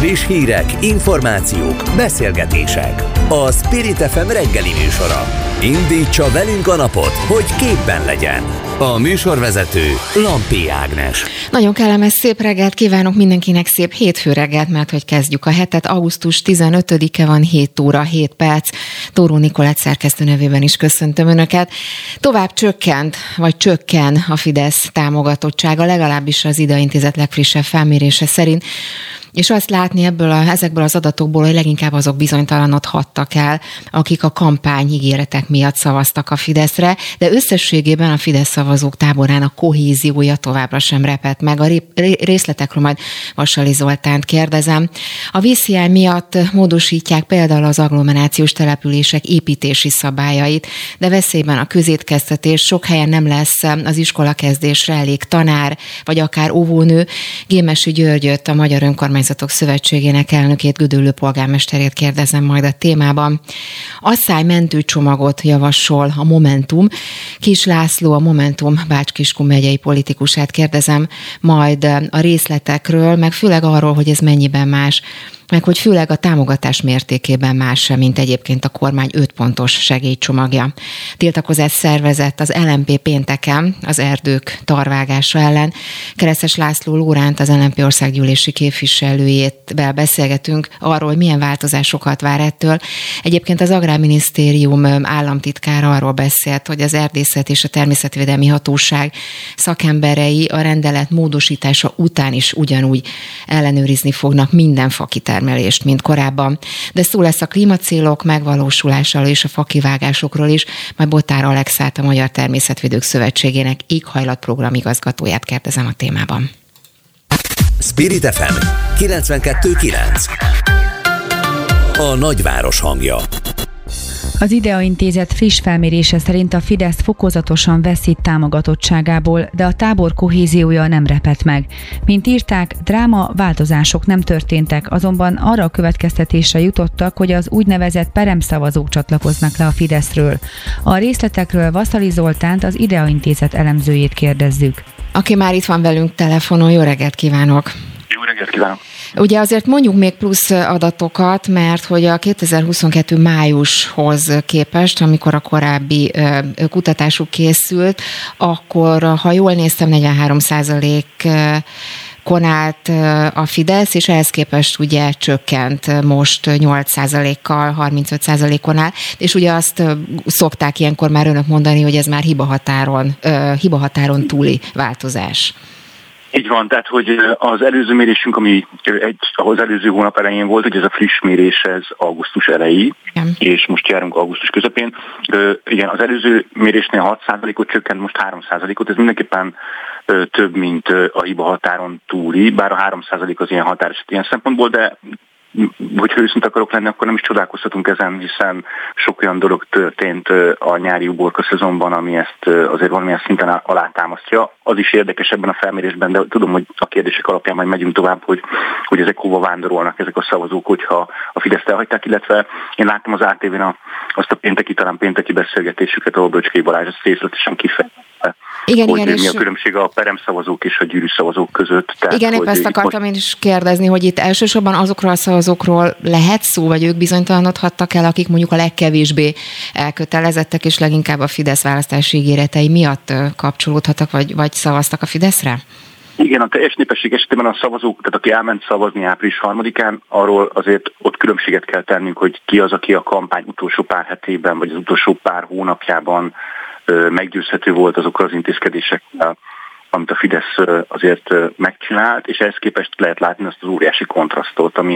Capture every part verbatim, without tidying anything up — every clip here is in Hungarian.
Friss hírek, információk, beszélgetések. A Spirit ef em reggeli műsora. Indítsa velünk a napot, hogy képben legyen. A műsorvezető Lampi Ágnes. Nagyon kellemes szép reggelt kívánok mindenkinek, szép hétfő reggelt, mert hogy kezdjük a hetet. augusztus tizenötödike van, hét óra, hét perc. Tóró Nikolett szerkesztő nevében is köszöntöm Önöket. Tovább csökkent, vagy csökken a Fidesz támogatottsága, legalábbis az Idea Intézet legfrissebb felmérése szerint. És azt látni ebből a, ezekből az adatokból, hogy leginkább azok bizonytalanodhattak el, akik a kampány ígéretek miatt szavaztak a Fideszre, de összességében a Fidesz szavazók táborának kohéziója továbbra sem repett meg. A részletekről majd Vassali Zoltánt kérdezem. A vízhiány miatt módosítják például az agglomerációs települések építési szabályait, de veszélyben a közétkeztetés, sok helyen nem lesz az iskolakezdésre elég tanár, vagy akár óvónő. Gémesi Györgyöt, a Magyar Önkormányzatok Szövetségének elnökét, Gödöllő polgármesterét kérdezem majd a témában. Asszálymentő csomagot javasol a Momentum. Kis László, a Momentum Bács-Kiskun megyei politikusát kérdezem majd a részletekről, meg főleg arról, hogy ez mennyiben más, meg hogy főleg a támogatás mértékében más, mint egyébként a kormány öt pontos segélycsomagja. Tiltakozás szervezett az el em pé pénteken az erdők tarvágása ellen. Keresztes László Lóránt, az el em pé országgyűlési képviselőjével beszélgetünk arról, hogy milyen változásokat vár ettől. Egyébként az Agrárminisztérium államtitkára arról beszélt, hogy az Erdészet és a Természetvédelmi Hatóság szakemberei a rendelet módosítása után is ugyanúgy ellenőrizni fognak minden fakitermelést, mint korábban. De szó lesz a klímacélok megvalósulásáról és a fakivágásokról is, majd Botár Alexát, a Magyar Természetvédők Szövetségének éghajlatprogram igazgatóját kérdezem a témában. Spirit ef em kilencvenkettő kilenc. A nagyváros hangja. Az Idea Intézet friss felmérése szerint a Fidesz fokozatosan veszít támogatottságából, de a tábor kohéziója nem repett meg. Mint írták, dráma, változások nem történtek, azonban arra a következtetésre jutottak, hogy az úgynevezett peremszavazók csatlakoznak le a Fideszről. A részletekről Vassali Zoltánt, az Idea Intézet elemzőjét kérdezzük. Aki már itt van velünk telefonon, jó reggelt kívánok! Jó reggelt kívánok! Ugye azért mondjuk még plusz adatokat, mert hogy a kétezer-huszonkettő májushoz képest, amikor a korábbi kutatásuk készült, akkor, ha jól néztem, negyvenhárom százalékon állt a Fidesz, és ehhez képest ugye csökkent most nyolc százalékkal, harmincöt százalékon áll, és ugye azt szokták ilyenkor már önök mondani, hogy ez már hibahatáron, hibahatáron túli változás. Így van, tehát hogy az előző mérésünk, ami egy, ahhoz előző hónap elején volt, hogy ez a friss mérés, ez augusztus elejé, igen. És most járunk augusztus közepén. Igen, az előző mérésnél hat százalékot csökkent, most három százalékot, ez mindenképpen több, mint a hiba határon túli, bár a három százalék az ilyen határeset ilyen szempontból, de hogyha őszinte akarok lenni, akkor nem is csodálkozhatunk ezen, hiszen sok olyan dolog történt a nyári uborka szezonban, ami ezt azért valamilyen szinten alátámasztja. Az is érdekes ebben a felmérésben, de tudom, hogy a kérdések alapján majd megyünk tovább, hogy, hogy ezek hova vándorolnak ezek a szavazók, hogyha a Fideszt elhagyták, illetve én láttam az á té vén a, azt a pénteki, talán pénteki beszélgetésüket, ahol Böcskei Balázs ezt részletesen kifejezte. Igen, hogy igen, mi és a különbség a peremszavazók és a gyűrűszavazók között. Tehát, igen, épp ezt akartam most... én is kérdezni, hogy itt elsősorban azokról a szavazókról lehet szó, vagy ők bizonytalanodhattak el, akik mondjuk a legkevésbé elkötelezettek, és leginkább a Fidesz választási ígéretei miatt kapcsolódhattak, vagy, vagy szavaztak a Fideszre? Igen, a teljes népesség esetében a szavazók, tehát aki elment szavazni április harmadikán, arról azért ott különbséget kell tennünk, hogy ki az, aki a kampány utolsó pár hetében, vagy az utolsó pár hónapjában meggyőzhető volt azokkal az intézkedésekkel, amit a Fidesz azért megcsinált, és ehhez képest lehet látni azt az óriási kontrasztot, ami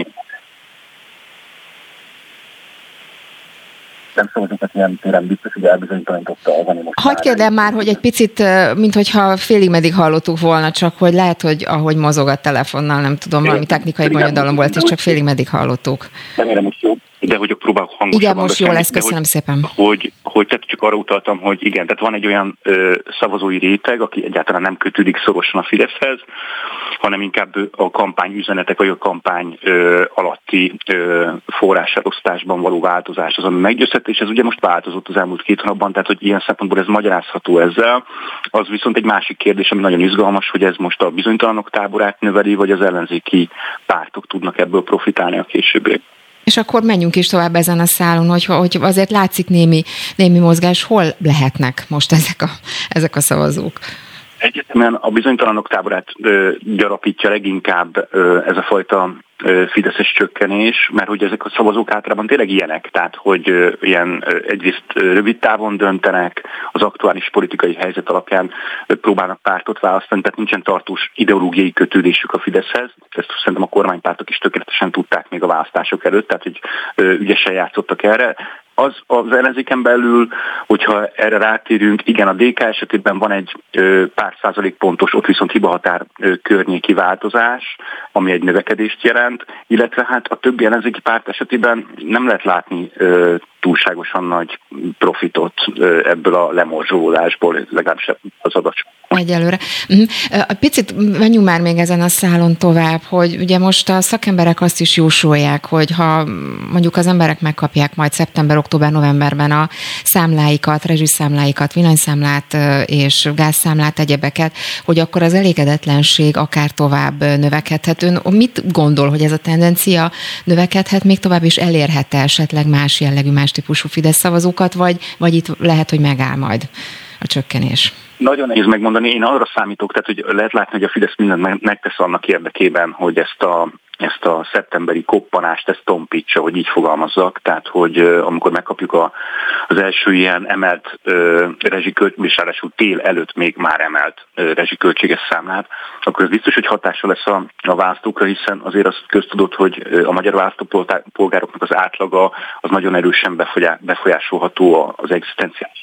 nem szavazokat ilyen téren biztos, hogy elbizonytalanította az, ami most... Hadd kérdem már, hogy egy picit, minthogyha félig meddig hallottuk volna, csak hogy lehet, hogy ahogy mozog a telefonnal, nem tudom, valami technikai bonyodalom volt, és csak félig meddig hallottuk. Remélem, most jó. de hogy a próbálok hangosabban igen, most beszélni, jó lesz, köszönöm hogy, szépen. Hogy, hogy tehát csak arra utaltam, hogy igen, tehát van egy olyan ö, szavazói réteg, aki egyáltalán nem kötődik szorosan a Fideszhez, hanem inkább a kampányüzenetek, vagy a kampány ö, alatti ö, forráselosztásban való változás az, ami meggyőzhető, és ez ugye most változott az elmúlt két hónapban, tehát hogy ilyen szempontból ez magyarázható ezzel. Az viszont egy másik kérdés, ami nagyon izgalmas, hogy ez most a bizonytalanok táborát növeli, vagy az ellenzéki pártok tudnak ebből profitálni a későbbiek. És akkor menjünk is tovább ezen a szálon, hogy, hogy azért látszik némi, némi mozgás, hol lehetnek most ezek a, ezek a szavazók? Egyetemen a bizonytalanok táborát ö, gyarapítja leginkább ö, ez a fajta ö, fideszes csökkenés, mert hogy ezek a szavazók általában tényleg ilyenek, tehát hogy ö, ilyen ö, egyrészt ö, rövid távon döntenek, az aktuális politikai helyzet alapján ö, próbálnak pártot választani, tehát nincsen tartós ideológiai kötődésük a Fideszhez. Ezt szerintem a kormánypártok is tökéletesen tudták még a választások előtt, tehát hogy ö, ügyesen játszottak erre. Az az ellenzéken belül, hogyha erre rátérünk, igen, a dé ká esetében van egy ö, pár százalék pontos, ott viszont hibahatár ö, környéki változás, ami egy növekedést jelent, illetve hát a többi ellenzéki párt esetében nem lehet látni ö, túlságosan nagy profitot ö, ebből a lemorzsolódásból, legalábbis az adat. Egyelőre. Picit menjünk már még ezen a szálon tovább, hogy ugye most a szakemberek azt is jósolják, hogy ha mondjuk az emberek megkapják majd szeptember, október, novemberben a számláikat, rezsiszámláikat, villanyszámlát és gázszámlát, egyebeket, hogy akkor az elégedetlenség akár tovább növekedhet. Ön mit gondol, hogy ez a tendencia növekedhet még tovább, és elérhet esetleg más jellegű, más típusú Fidesz szavazókat, vagy, vagy itt lehet, hogy megáll majd a csökkenés? Nagyon nehéz megmondani, én arra számítok, tehát hogy lehet látni, hogy a Fidesz mindent megtesz annak érdekében, hogy ezt a, ezt a szeptemberi koppanást, ezt tompítsa, hogy így fogalmazzak, tehát hogy uh, amikor megkapjuk a, az első ilyen emelt uh, rezsiköltséges, ráadásul tél előtt még már emelt uh, rezsiköltséges számlát, akkor ez biztos, hogy hatással lesz a, a választókra, hiszen azért azt köztudott, hogy uh, a magyar választópolgároknak az átlaga az nagyon erősen befolyá, befolyásolható az egzisztenciális.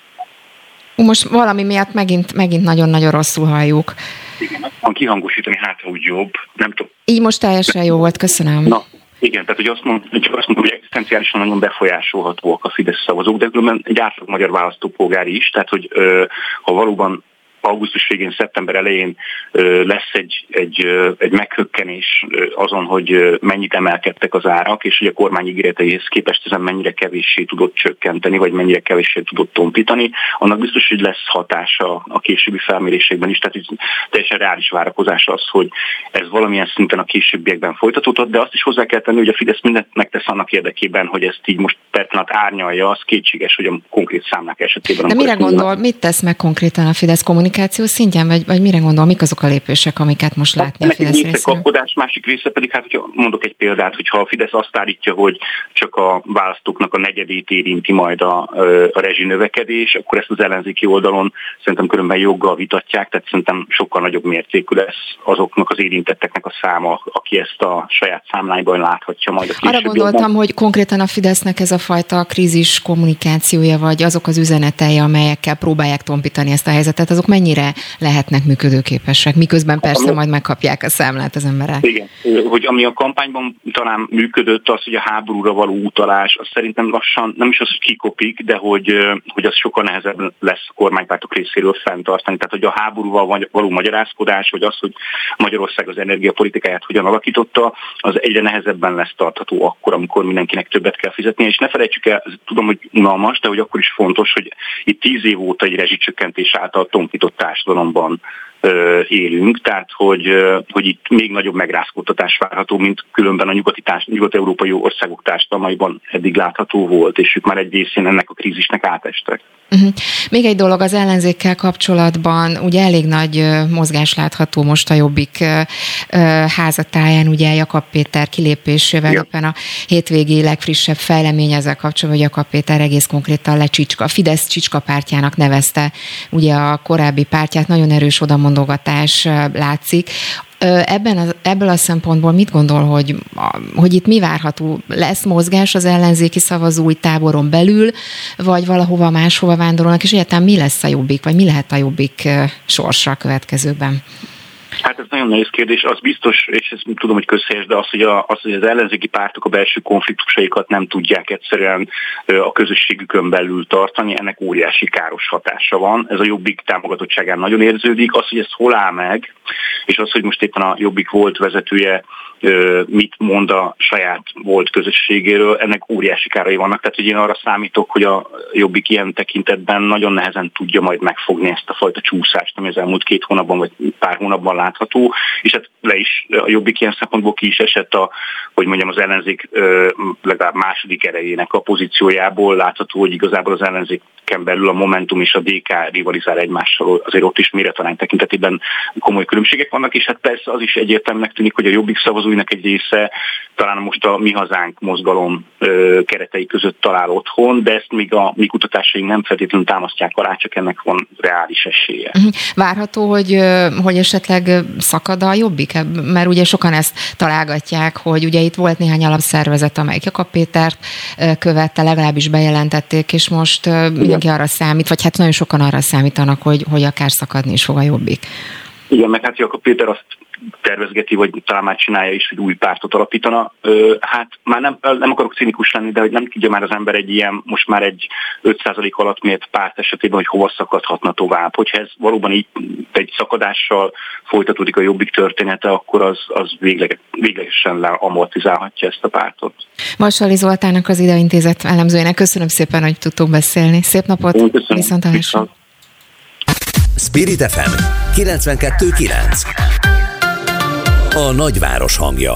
Most valami miatt megint, megint nagyon-nagyon rosszul halljuk. Igen, van kihangosítani, hát úgy jobb, nem tudom. Így most teljesen jó volt, köszönöm. Na, igen, tehát hogy azt mondom, csak azt mondom, hogy egzisztenciálisan nagyon befolyásolhatóak a Fidesz szavazók, de különben egy átlag magyar választópolgár is, tehát hogy ö, ha valóban augusztus végén, szeptember elején lesz egy, egy, egy meghökkenés azon, hogy mennyit emelkedtek az árak, és hogy a kormány ígéreteihez képest ezen mennyire kevéssé tudott csökkenteni, vagy mennyire kevéssé tudott tompítani, annak biztos, hogy lesz hatása a későbbi felmérésekben is, tehát teljesen reális várakozás az, hogy ez valamilyen szinten a későbbiekben folytatódott, de azt is hozzá kell tenni, hogy a Fidesz mindent megtesz annak érdekében, hogy ezt így most pertinat árnyalja, az kétséges, hogy a konkrét számlák esetében. De mire gondol, mit tesz meg konkrétan a Fidesz kommunikáció szintjén, vagy, vagy mire gondol, mik azok a lépések, amiket most látni a Fidesz részéről? Kapkodás, másik része pedig, hát hogyha mondok egy példát, hogyha a Fidesz azt állítja, hogy csak a választóknak a negyedét érinti majd a, a rezsinövekedés, akkor ezt az ellenzéki oldalon szerintem különben joggal vitatják, tehát szerintem sokkal nagyobb mértékű lesz azoknak az érintetteknek a száma, aki ezt a saját számláiban láthatja majd a későbbiekben. Arra gondoltam, hogy konkrétan a Fidesznek ez a fajta krízis kommunikációja, vagy azok az üzenetei, amelyekkel próbálják tompítani ezt a helyzetet, azok mennyire lehetnek működőképesek, miközben persze majd megkapják a számlát az emberek. Igen, hogy ami a kampányban talán működött, az, hogy a háborúra való utalás, az szerintem lassan nem is az, hogy kikopik, de hogy, hogy az sokkal nehezebb lesz a kormánypártok részéről fenntartani. Tehát, hogy a háborúval való magyarázkodás, vagy az, hogy Magyarország az energiapolitikáját hogyan alakította, az egyre nehezebben lesz tartható akkor, amikor mindenkinek többet kell fizetni. És ne felejtsük el, tudom, hogy unalmas, de hogy akkor is fontos, hogy itt tíz év óta egy rezsicsökkentés által tompított társadalomban élünk, tehát hogy, hogy itt még nagyobb megrázkódtatás várható, mint különben a nyugati társ, nyugat-európai országok társadalmaiban eddig látható volt, és ők már egy részén ennek a krízisnek átestek. Uh-huh. Még egy dolog az ellenzékkel kapcsolatban, ugye elég nagy mozgás látható most a Jobbik házatáján, ugye Jakab Péter kilépésével, ja. Éppen a hétvégi legfrissebb fejlemény ezzel kapcsolatban, hogy Jakab Péter egész konkrétan lecsicska, a Fidesz csicska pártjának nevezte ugye a korábbi pártját, nagyon erős odamondogatás látszik. Ebben az, ebből a szempontból mit gondol, hogy, hogy itt mi várható? Lesz mozgás az ellenzéki szavazói táboron belül, vagy valahova máshova vándorolnak, és egyáltalán mi lesz a Jobbik, vagy mi lehet a Jobbik sorsa a következőben? Hát Hát ez nagyon nehéz kérdés, az biztos, és ezt tudom, hogy közhelyes, de az, hogy, a, az, hogy az ellenzéki pártok a belső konfliktusaikat nem tudják egyszerűen a közösségükön belül tartani, ennek óriási káros hatása van. Ez a Jobbik támogatottságán nagyon érződik. Az, hogy ez hol áll meg, és az, hogy most éppen a Jobbik volt vezetője mit mond a saját volt közösségéről, ennek óriási kárai vannak. Tehát, hogy én arra számítok, hogy a Jobbik ilyen tekintetben nagyon nehezen tudja majd megfogni ezt a fajta csúszást, ami az elmúlt két hónapban vagy pár hónapban látható, és hát le is, a Jobbik ilyen szempontból ki is esett a, hogy mondjam, az ellenzék legalább második erejének a pozíciójából látható, hogy igazából az ellenzéken belül a Momentum és a dé ká rivalizál egymással, azért ott is méretarány tekintetében komoly különbségek vannak, és hát persze az is egyértelműnek tűnik, hogy a Jobbik szavazóinak egy része talán most a Mi Hazánk mozgalom ö, keretei között talál otthon, de ezt még a mi kutatásaink nem feltétlenül támasztják alá, csak ennek van reális esélye. Várható, hogy, hogy esetleg szakad a Jobbik? Mert ugye sokan ezt találgatják, hogy ugye itt volt néhány alapszervezet, amelyik Jakab Pétert követte, legalábbis bejelentették, és most mindenki arra számít, vagy hát nagyon sokan arra számítanak, hogy, hogy akár szakadni is fog a Jobbik. Igen, meg hát Jakab Péter azt tervezgeti, vagy talán már csinálja is, hogy új pártot alapítana. Hát már nem, nem akarok cinikus lenni, de hogy nem tudja már az ember egy ilyen, most már egy öt százalék alatt mért párt esetében, hogy hova szakadhatna tovább. Hogyha ez valóban így egy szakadással folytatódik a Jobbik története, akkor az, az végleg, véglegesen amortizálhatja ezt a pártot. Vassali Zoltánnak, az Idea Intézet elemzőjének köszönöm szépen, hogy tudtunk beszélni. Szép napot, viszontlátásra. Spirit ef em kilencvenkettő kilenc. A nagyváros hangja.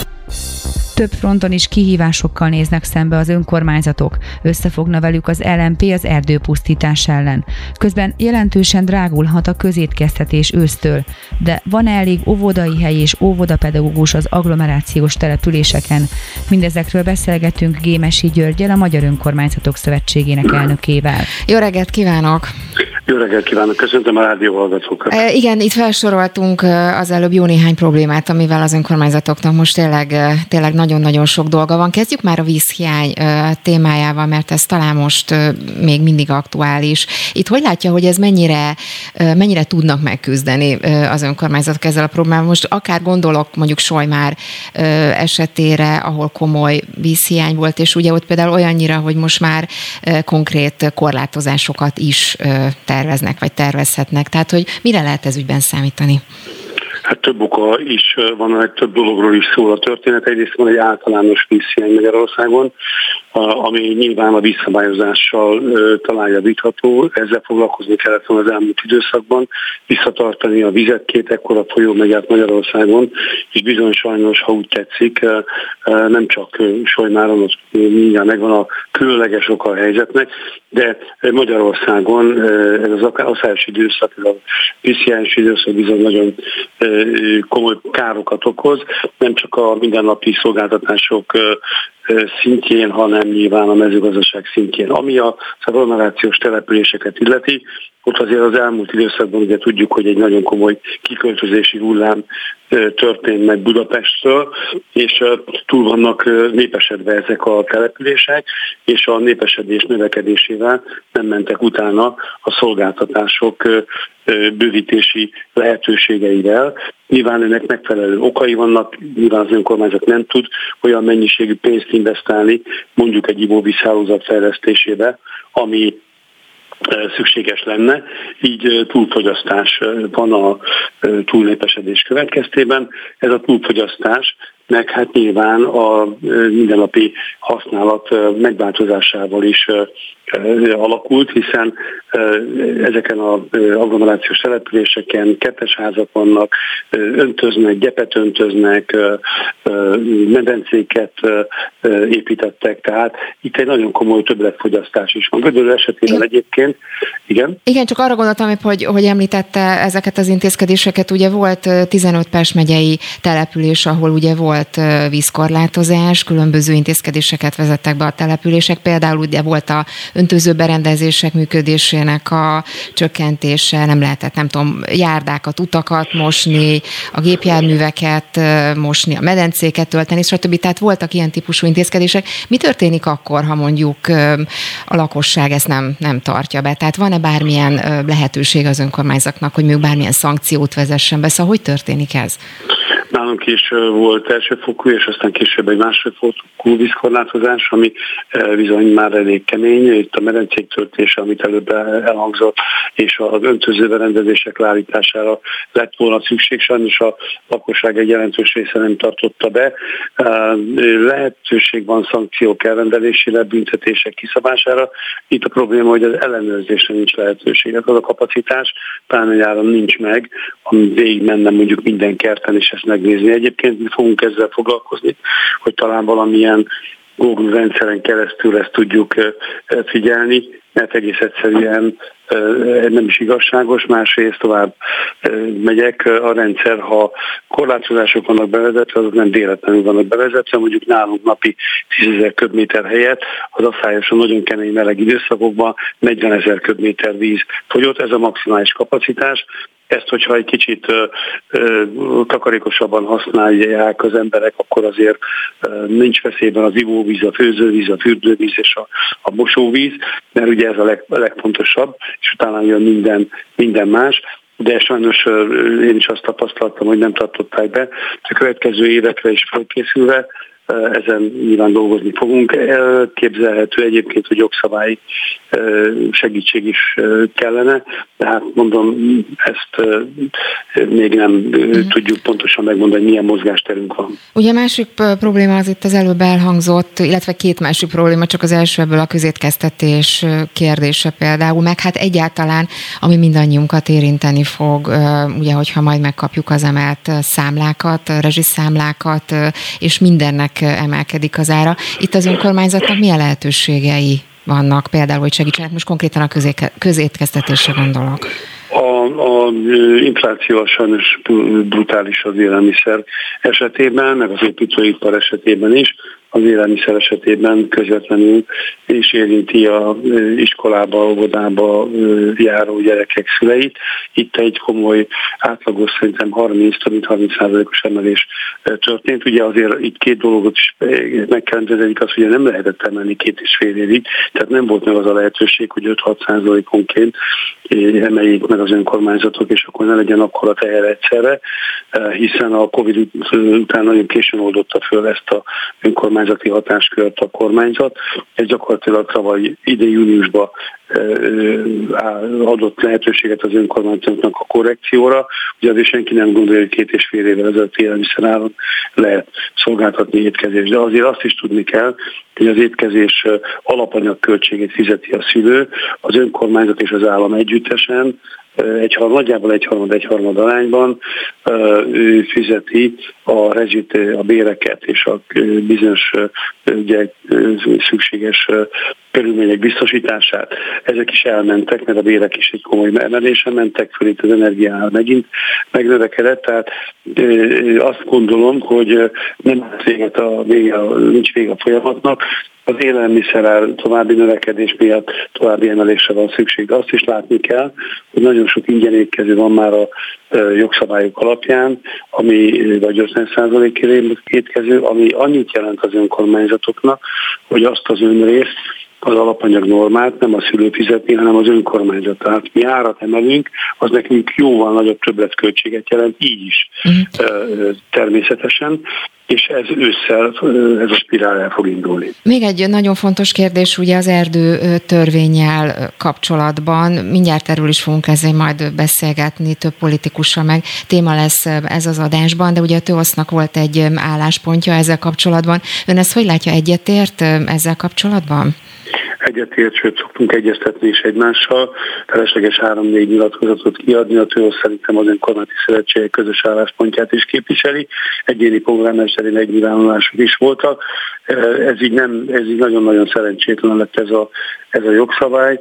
Több fronton is kihívásokkal néznek szembe az önkormányzatok. Összefogna velük az el em pé az erdőpusztítás ellen. Közben jelentősen drágulhat a közétkeztetés ősztől. De van elég óvodai hely és óvodapedagógus az agglomerációs településeken? Mindezekről beszélgetünk Gémesi Györggyel, a Magyar Önkormányzatok Szövetségének elnökével. Jó reggelt kívánok! Jó reggelt kívánok, köszöntöm a rádióhallgatókat. E, igen, itt felsoroltunk az előbb jó néhány problémát, amivel az önkormányzatoknak most tényleg, tényleg nagyon-nagyon sok dolga van. Kezdjük már a vízhiány témájával, mert ez talán most még mindig aktuális. Itt hogy látja, hogy ez mennyire, mennyire tudnak megküzdeni az önkormányzatok ezzel a problémával? Most akár gondolok mondjuk Solymár esetére, ahol komoly vízhiány volt, és ugye ott például olyannyira, hogy most már konkrét korlátozásokat is terveznek, vagy tervezhetnek. Tehát, hogy mire lehet ez ügyben számítani? Hát több oka is van, a legtöbb dologról is szól a történet. Egyrészt van egy általános vízhiány Magyarországon, ami nyilván a vízszabályozással talán javítható. Ezzel foglalkozni kellett volna az elmúlt időszakban, visszatartani a vizet, két ekkora folyó megy át Magyarországon, és bizony sajnos, ha úgy tetszik, nem csak Solymáron, ott mindjárt megvan a különleges oka a helyzetnek, de Magyarországon ez az aszályos időszak, ez a vízhiányos időszak bizony nagyon komoly károkat okoz, nem csak a mindennapi szolgáltatások szintjén, hanem nyilván a mezőgazdaság szintjén. Ami a agglomerációs településeket illeti, ott azért az elmúlt időszakban ugye tudjuk, hogy egy nagyon komoly kiköltözési hullám történt meg Budapestről, és túl vannak népesedve ezek a települések, és a népesedés növekedésével nem mentek utána a szolgáltatások bővítési lehetőségeivel. Nyilván ennek megfelelő okai vannak, nyilván az önkormányzat nem tud olyan mennyiségű pénzt investálni, mondjuk egy ivóvízhálózat fejlesztésébe, ami szükséges lenne, így túlfogyasztás van a túlnépesedés következtében. Ez a túlfogyasztás meg hát nyilván a mindennapi használat megváltozásával is alakult, hiszen ezeken az agglomerációs településeken kettesházak vannak, öntöznek, gyepet öntöznek, medencéket építettek, tehát itt egy nagyon komoly többletfogyasztás is van. Gödöllő esetében egyébként, igen? Igen, csak arra gondoltam, hogy, hogy említette ezeket az intézkedéseket, ugye volt tizenöt Pest megyei település, ahol ugye volt volt vízkorlátozás, különböző intézkedéseket vezettek be a települések, például ugye volt a öntöző berendezések működésének a csökkentése, nem lehetett, nem tudom, járdákat, utakat mosni, a gépjárműveket mosni, a medencéket tölteni, stb. Tehát voltak ilyen típusú intézkedések. Mi történik akkor, ha mondjuk a lakosság ezt nem, nem tartja be? Tehát van-e bármilyen lehetőség az önkormányzatnak, hogy még bármilyen szankciót vezessen be? Szóval hogy történik ez? Nálunk is volt elsőfokú, és aztán később egy másodfokú vízkorlátozás, ami bizony már elég kemény. Itt a medencék töltése, amit előbb elhangzott, és az öntöző berendezések leállítására lett volna szükség. Sajnos a lakosság egy jelentős része nem tartotta be. Lehetőség van szankciók elrendelésére, büntetések kiszabására. Itt a probléma, hogy az ellenőrzésre nincs lehetőség. Az a kapacitás pláne nyáron nincs meg, ami végig menne mondjuk minden kerten, és ezt megnézni. Egyébként mi fogunk ezzel foglalkozni, hogy talán valamilyen Google rendszeren keresztül ezt tudjuk figyelni, mert egész egyszerűen nem is igazságos, másrészt tovább megyek. A rendszer, ha korlátozások vannak bevezetve, azok nem véletlenül vannak bevezetve, mondjuk nálunk napi tízezer köbméter helyett az asszályosan nagyon kemény meleg időszakokban negyvenezer köbméter víz fogyott, ez a maximális kapacitás. Ezt, hogyha egy kicsit ö, ö, takarékosabban használják az emberek, akkor azért ö, nincs veszélyben az ivóvíz, a főzővíz, a fürdővíz és a, a mosóvíz, mert ugye ez a, leg, a legfontosabb, és utána jön minden, minden más. De sajnos én is azt tapasztaltam, hogy nem tartották be. A következő évekre is felkészülve ezen nyilván dolgozni fogunk. Elképzelhető egyébként, hogy jogszabályi segítség is kellene, de hát mondom, ezt még nem mm. tudjuk pontosan megmondani, milyen mozgásterünk van. Ugye a másik probléma az itt az előbb elhangzott, illetve két másik probléma, csak az első ebből a közétkeztetés kérdése például, meg hát egyáltalán, ami mindannyiunkat érinteni fog, ugye, hogyha majd megkapjuk az emelt számlákat, rezsiszámlákat, és mindennek emelkedik az ára. Itt az önkormányzatnak milyen lehetőségei vannak például, hogy segítsenek? Most konkrétan a közé- közétkeztetésre gondolok. A, a infláció sajnos brutális az élelmiszer esetében, meg az építőipar esetében is. Az élelmiszer esetében közvetlenül is érinti az iskolába, óvodába járó gyerekek szüleit. Itt egy komoly, átlagos szerintem harminc, több mint harminc százalékos emelés történt. Ugye azért itt két dologot is meg kell említeni, az, hogy nem lehetett emelni két és fél évig, tehát nem volt meg az a lehetőség, hogy öt-hat százalékonként emeljék meg az önkormányzatok, és akkor ne legyen akkora teher egyszerre, hiszen a Covid után nagyon későn oldotta föl ezt a önkormányzati hatáskört a kormányzat. Ez gyakorlatilag tavaly idén júniusban adott lehetőséget az önkormányzatnak a korrekcióra. Ugye azért senki nem gondolja, hogy két és fél évvel ezelőtt élelmiszeráron lehet szolgáltatni étkezést. De azért azt is tudni kell, hogy az étkezés alapanyag költségét fizeti a szülő, az önkormányzat és az állam együttesen, egy, nagyjából egyharmad egyharmad arányban ő fizeti a rezsit, a béreket és a bizonyos ugye, szükséges körülmények biztosítását. Ezek is elmentek, mert a bérek is egy komoly emelésen mentek föl, itt az energiánál megint megnövekedett, tehát azt gondolom, hogy nem véget a, vége, nincs vége a folyamatnak. Az élelmiszerár további növekedés miatt további emelésre van szükség. De azt is látni kell, hogy nagyon sok ingyen étkező van már a jogszabályok alapján, ami vagy ötven százalék étkező, ami annyit jelent az önkormányzatoknak, hogy azt az önrészt, az alapanyag normát nem a szülő fizetni, hanem az önkormányzat. Tehát mi árat emelünk, az nekünk jóval nagyobb többletköltséget jelent, így is uh-huh. természetesen, és ez ősszel, ez a spirál el fog indulni. Még egy nagyon fontos kérdés ugye az erdő törvénnyel kapcsolatban. Mindjárt erről is fogunk ezzel majd beszélgetni, több politikussal meg téma lesz ez az adásban, de ugye a TÖOSZ-nak volt egy álláspontja ezzel kapcsolatban. Ön ezt hogy látja, egyetért ezzel kapcsolatban? Egyetért, sőt szoktunk egyeztetni is egymással, felesleges három-négy nyilatkozatot kiadni, a TÖOSZ szerintem az önkormányzati szövetségek közös álláspontját is képviseli, egyéni polgármesteri megnyilvánulások is voltak, ez így, nem, ez így nagyon-nagyon szerencsétlen lett ez a, ez a jogszabály.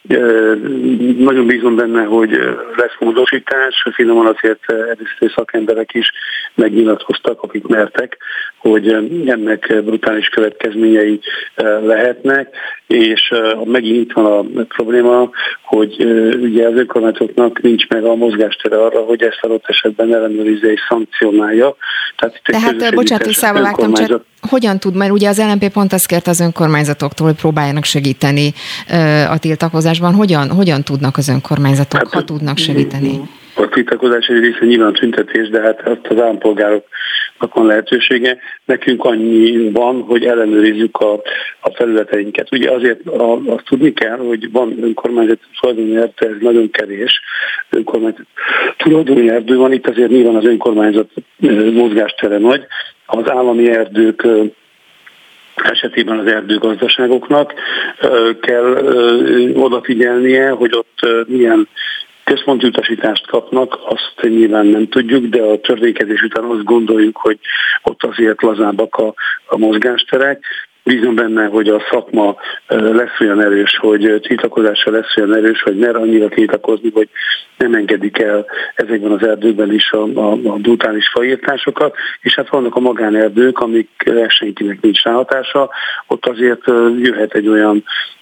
Nagyon bízom benne, hogy lesz módosítás, finoman azért először szakemberek is megnyilatkoztak, akik mertek, hogy ennek brutális következményei lehetnek, és megint itt van a probléma, hogy ugye az önkormányzatoknak nincs meg a mozgástere arra, hogy ezt adott esetben ellenőrizze és szankcionálja. Tehát, Tehát bocsánat, hogy szába vágtam, csak hogyan tud, mert ugye az el em pé pont azt kérte az önkormányzatoktól, hogy próbáljanak segíteni a tiltakozásban. Hogyan, hogyan tudnak az önkormányzatok, hát, ha tudnak segíteni? A tiltakozás egy része nyilván tüntetés, de hát azt az állampolgároknak van lehetősége. Nekünk annyi van, hogy ellenőrizzük a, a felületeinket. Ugye azért a, azt tudni kell, hogy van önkormányzati tulajdoni erdő, ez nagyon kevés önkormányzati tulajdoni erdő van, itt azért nyilván az önkormányzat mozgástere nagy. Az állami erdők esetében az erdőgazdaságoknak kell odafigyelnie, hogy ott milyen központi utasítást kapnak, azt nyilván nem tudjuk, de a törvénykezés után azt gondoljuk, hogy ott azért lazábbak a, a mozgásterek. Bízom benne, hogy a szakma lesz olyan erős, hogy tiltakozással lesz olyan erős, hogy mer annyira tiltakozni, hogy nem engedik el ezekben az erdőkben is a, a, a brutális faírtásokat, és hát vannak a magánerdők, amikre senkinek nincs ráhatása, ott azért jöhet egy olyan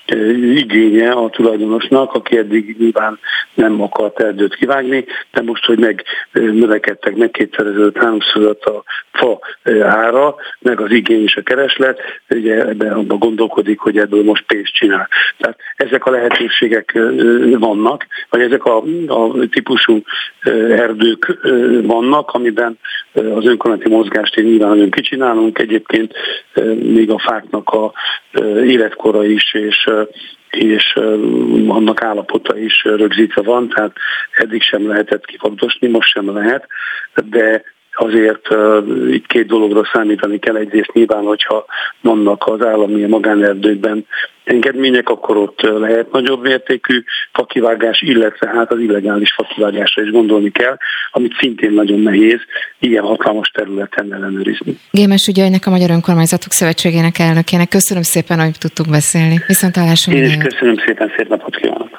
igénye a tulajdonosnak, aki eddig nyilván nem akart erdőt kivágni, de most, hogy megnövekedtek, megkétszereződött, háromszorozott a fa ára, meg az igény és a kereslet, ugye ebben abban gondolkodik, hogy ebből most pénzt csinál. Tehát ezek a lehetőségek vannak, vagy ezek a, a típusú erdők vannak, amiben az önkormányzati mozgást én nyilván nagyon kicsinálunk, egyébként még a fáknak a életkora is, és és annak állapota is rögzítve van, tehát eddig sem lehetett kifogdosni, most sem lehet, de azért uh, itt két dologra számítani kell. Egyrészt nyilván, hogyha vannak az állami magánerdőkben engedmények, akkor ott lehet nagyobb mértékű fakivágás, illetve hát az illegális fakivágásra is gondolni kell, amit szintén nagyon nehéz ilyen hatalmas területen ellenőrizni. Gémes Ügyeinek, a Magyar Önkormányzatok Szövetségének elnökének köszönöm szépen, hogy tudtuk beszélni. Viszontlátásra. Én is köszönöm szépen, szép napot kívánok!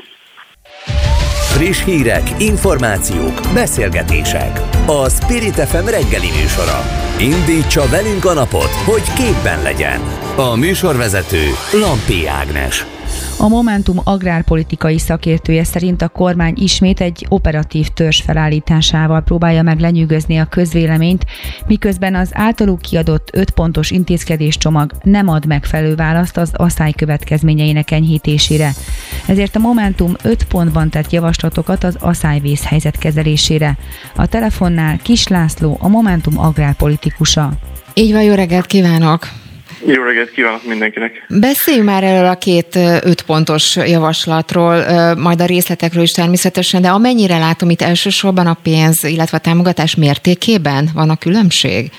Friss hírek, információk, beszélgetések. A Spirit ef em reggeli műsora. Indítsa velünk a napot, hogy képben legyen. A műsorvezető Lampi Ágnes. A Momentum agrárpolitikai szakértője szerint a kormány ismét egy operatív törzs felállításával próbálja meg lenyűgözni a közvéleményt, miközben az általuk kiadott öt pontos intézkedéscsomag nem ad megfelelő választ az asszály következményeinek enyhítésére. Ezért a Momentum öt pontban tett javaslatokat az asszályvészhelyzet kezelésére. A telefonnál Kis László, a Momentum agrárpolitikusa. Így van, jó reggelt kívánok! Jó reggelt kívánok mindenkinek! Beszéljünk már erről a két öt pontos javaslatról, majd a részletekről is természetesen, de amennyire látom, itt elsősorban a pénz, illetve a támogatás mértékében van a különbség?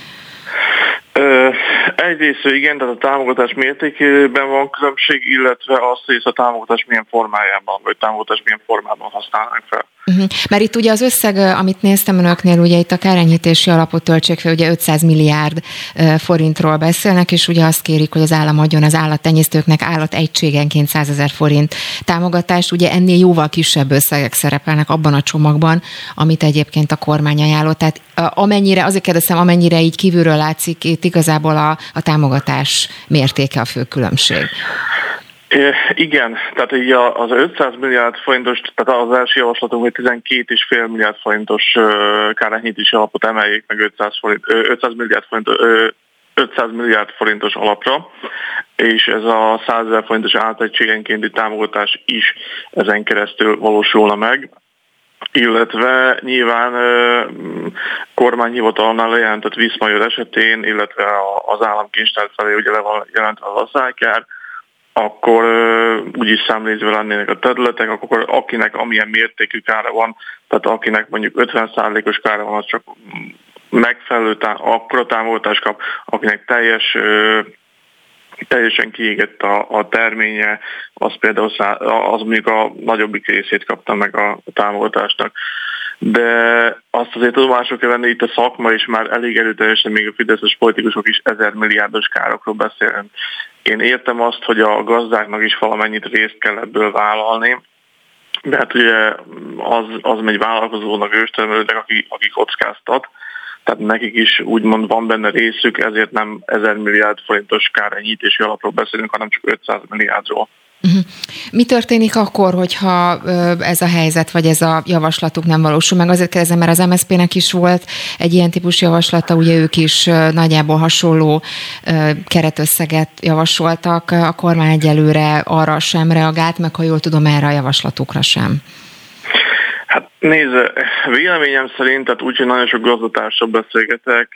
Ö, egyrészt igen, tehát a támogatás mértékében van különbség, illetve az, hogy a támogatás milyen formájában, vagy támogatás milyen formában használnak fel. Uh-huh. Mert itt ugye az összeg, amit néztem önöknél, ugye itt a kárenyhítési alapot töltsék fel, ugye ötszáz milliárd forintról beszélnek, és ugye azt kérik, hogy az állam adjon az állattenyésztőknek állategységenként százezer forint támogatást. Ugye ennél jóval kisebb összegek szerepelnek abban a csomagban, amit egyébként a kormány ajánlott. Tehát amennyire, azért kérdezem, amennyire így kívülről látszik, itt igazából a, a támogatás mértéke a fő különbség. Igen, tehát így az ötszáz milliárd forintos, tehát az első javaslatunk, hogy tizenkét egész öt milliárd forintos kárenyhítési alapot emeljék meg ötszáz, forint, ötszáz milliárd forint, ötszáz milliárd forintos alapra, és ez a százezer forintos állategységenkénti támogatás is ezen keresztül valósulna meg. Illetve nyilván kormányhivatalnál lejelentett vízmajor esetén, illetve az államkincstár felé ugye le van jelentve az asszálykár, akkor úgyis számlézve lennének a területek, akkor akinek amilyen mértékű kára van, tehát akinek mondjuk ötven százalékos kára van, az csak megfelelő tá- akkora támogatást kap, akinek teljes, teljesen kiégett a, a terménye, az például szá- az mondjuk a nagyobbik részét kapta meg a támogatásnak. De azt azért tudomások kell venni, itt a szakma is már elég erőteljesen, még a fideszes politikusok is ezer milliárdos károkról beszélnek. Én értem azt, hogy a gazdáknak is valamennyit részt kell ebből vállalni, mert ugye az, az megy vállalkozónak, őstermelőnek, aki, aki kockáztat, tehát nekik is úgymond van benne részük, ezért nem ezer milliárd forintos kárenyhítési alapról beszélünk, hanem csak ötszáz milliárdról. Uh-huh. Mi történik akkor, hogyha ez a helyzet, vagy ez a javaslatuk nem valósul meg? Azért kérdezem, mert az em es zé pének is volt egy ilyen típusú javaslata, ugye ők is nagyjából hasonló keretösszeget javasoltak, a kormány egyelőre arra sem reagált, meg ha jól tudom, erre a javaslatukra sem. Hát nézd, véleményem szerint, tehát úgy, hogy nagyon sok gazdatársal beszélgetek,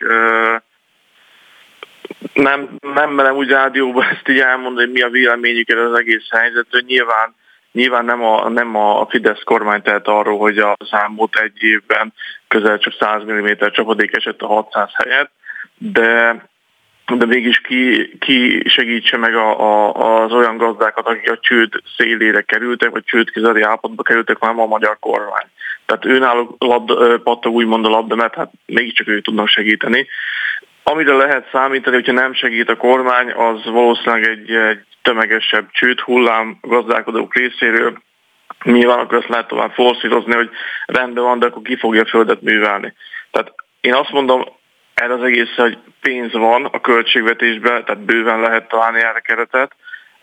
Nem, nem merem úgy rádióban ezt így elmondani, hogy mi a véleményük erről az egész helyzetről. Nyilván, nyilván nem, a, nem a Fidesz kormány tehet arról, hogy az elmúlt egy évben közel csak száz milliméter csapadék esett a hatszáz helyett, de, de mégis ki, ki segítse meg a, a, az olyan gazdákat, akik a csőd szélére kerültek, vagy csőd közeli állapotba kerültek, hanem a magyar kormány. Tehát őnáluk labda, pattog úgymond a labda, mert hát mégiscsak ők tudnak segíteni. Amire lehet számítani, hogyha nem segít a kormány, az valószínűleg egy, egy tömegesebb csődhullám gazdálkodók részéről. Nyilván akkor azt lehet tovább forszírozni, hogy rendben van, de akkor ki fogja a földet művelni. Tehát én azt mondom, erre az egész, hogy pénz van a költségvetésben, tehát bőven lehet találni erre keretet.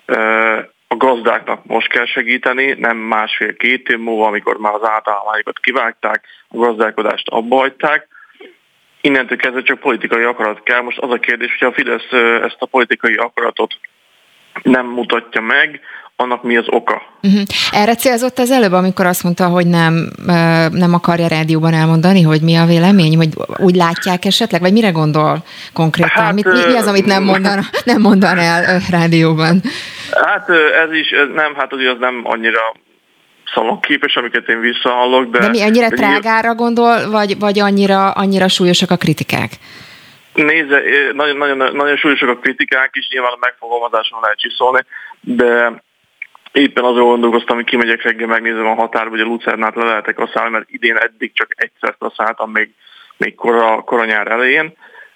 A gazdáknak most kell segíteni, nem másfél-két év múlva, amikor már az általámányokat kivágták, a gazdálkodást abba hagyták. Innentől kezdve csak politikai akarat kell. Most az a kérdés, hogy a Fidesz ezt a politikai akaratot nem mutatja meg, annak mi az oka. Uh-huh. Erre célzott az előbb, amikor azt mondta, hogy nem, nem akarja rádióban elmondani, hogy mi a vélemény, hogy úgy látják esetleg, vagy mire gondol konkrétan? Hát, Mit, mi, mi az, amit nem mondan, nem mondan el rádióban? Hát ez is, ez nem, hát azért az nem annyira szalonképes, amiket én visszahallok. De, de mi annyira trágára gondol, vagy, vagy annyira, annyira súlyosak a kritikák? Nézze, nagyon, nagyon, nagyon súlyosak a kritikák is, nyilván a megfogalmazáson lehet csiszolni, de éppen azon gondolkoztam, hogy kimegyek reggel, megnézem a határba, hogy a lucernát le lehetek kaszálni, mert idén eddig csak egyszer kaszáltam, még, még kora, kora nyár elején.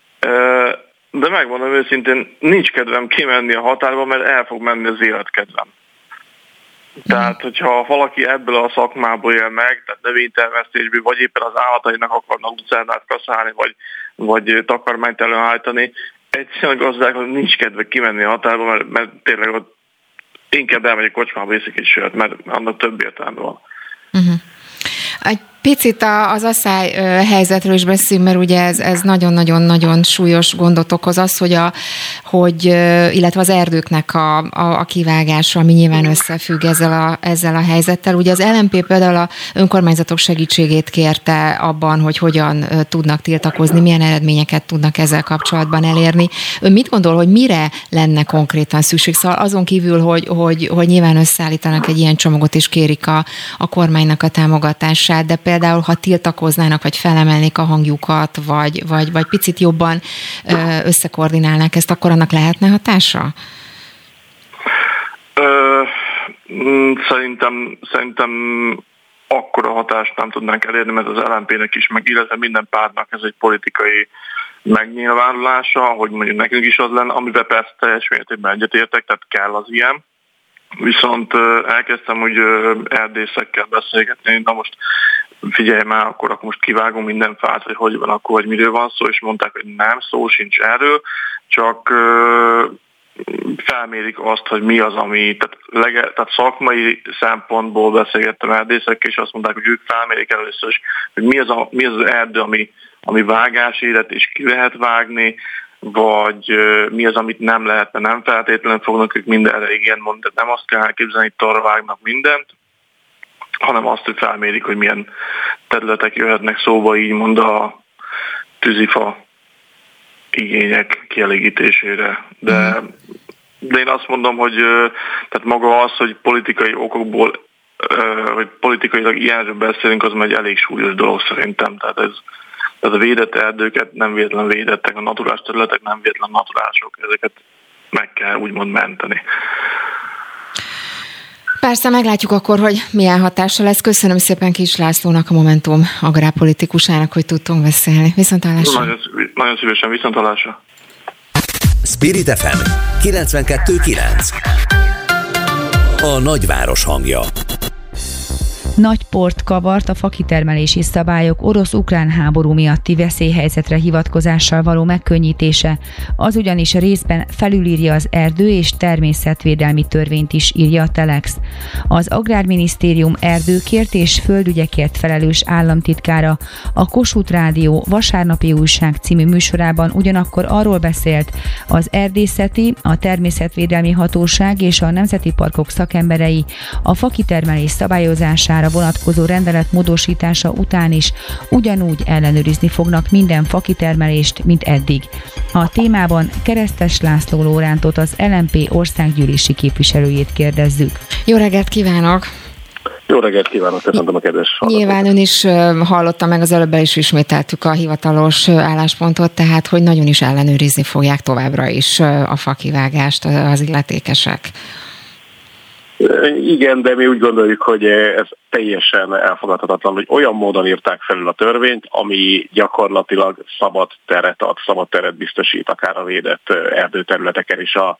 De megmondom őszintén, nincs kedvem kimenni a határba, mert el fog menni az életkedvem. Tehát, hogyha valaki ebből a szakmából él meg, tehát növénytermesztésből, vagy éppen az állatainak akarnak lucernát kaszálni, vagy, vagy takarmányt előállítani, egyszerűen a gazdáknak nincs kedve kimenni a határba, mert, mert tényleg ott inkább elmegyek kocsmába, észik egy sört, mert annak több értelme van. Uh-huh. Egy picit az asszály helyzetről is beszélünk, mert ugye ez, ez nagyon-nagyon-nagyon súlyos gondot okoz az, hogy, a, hogy illetve az erdőknek a, a, a kivágása, ami nyilván összefügg ezzel a, ezzel a helyzettel. Ugye az el em pé például a önkormányzatok segítségét kérte abban, hogy hogyan tudnak tiltakozni, milyen eredményeket tudnak ezzel kapcsolatban elérni. Ön mit gondol, hogy mire lenne konkrétan szükség? Szóval azon kívül, hogy, hogy, hogy nyilván összeállítanak egy ilyen csomagot és kérik a, a kormánynak a támogatását, de például, ha tiltakoznának, vagy felemelnék a hangjukat, vagy, vagy, vagy picit jobban összekoordinálnák ezt, akkor annak lehetne hatása? Ö, szerintem, szerintem akkora hatást nem tudnánk elérni, mert az el em pének is, meg illetve minden pártnak ez egy politikai megnyilvánulása, hogy mondjuk nekünk is az lenne, amivel persze teljes mértékben egyetértek, tehát kell az ilyen. Viszont elkezdtem úgy erdészekkel beszélgetni, na most figyelj már, akkor, akkor most kivágom minden fát, hogy hogy van akkor, hogy miről van szó, és mondták, hogy nem, szó sincs erről, csak felmérik azt, hogy mi az, ami, tehát, lege, tehát szakmai szempontból beszélgettem erdészekkel, és azt mondták, hogy ők felmérik először is, hogy mi az, a, mi az, az erdő, ami, ami vágáséret, és ki lehet vágni, vagy uh, mi az, amit nem lehetne, nem feltétlenül fognak ők mindenre igen mondani, nem azt kell elképzelni, hogy arra vágnak mindent, hanem azt, hogy felmérik, hogy milyen területek jöhetnek szóba, így mond a tűzifa igények kielégítésére. De, de én azt mondom, hogy uh, tehát maga az, hogy politikai okokból, uh, hogy politikailag ilyenről beszélünk, az már egy elég súlyos dolog szerintem. Tehát ez Tehát a védett erdőket nem véletlen védettek, a naturális területek nem véletlen naturások. Ezeket meg kell úgymond menteni. Persze, meglátjuk akkor, hogy milyen hatása lesz. Köszönöm szépen Kiss Lászlónak, a Momentum agrárpolitikusának, hogy tudtunk beszélni. Viszonthallásra. Nagyon, nagyon szívesen, viszonthallásra. Spirit ef em kilencvenkettő kilenc. A nagyváros hangja. Nagy port kavart a fakitermelési szabályok orosz-ukrán háború miatti veszélyhelyzetre hivatkozással való megkönnyítése, az ugyanis részben felülírja az erdő- és természetvédelmi törvényt is, írja a Telex. Az Agrárminisztérium erdőkért és földügyekért felelős államtitkára a Kossuth Rádió Vasárnapi Újság című műsorában ugyanakkor arról beszélt, az erdészeti, a természetvédelmi hatóság és a nemzeti parkok szakemberei a fakitermelés szabályozására vonatkozó rendelet módosítása után is ugyanúgy ellenőrizni fognak minden fakitermelést, mint eddig. A témában Keresztes László Lórántot, az el em pé országgyűlési képviselőjét kérdezzük. Jó reggelt kívánok! Jó reggelt kívánok, köszöntöm a kedves hallgatókat. Nyilván ön is hallotta meg, az előbb is ismételtük a hivatalos álláspontot, tehát hogy nagyon is ellenőrizni fogják továbbra is a fakivágást az illetékesek. Igen, de mi úgy gondoljuk, hogy ez teljesen elfogadhatatlan, hogy olyan módon írták felül a törvényt, ami gyakorlatilag szabad teret ad, szabad teret biztosít akár a védett erdőterületeken is a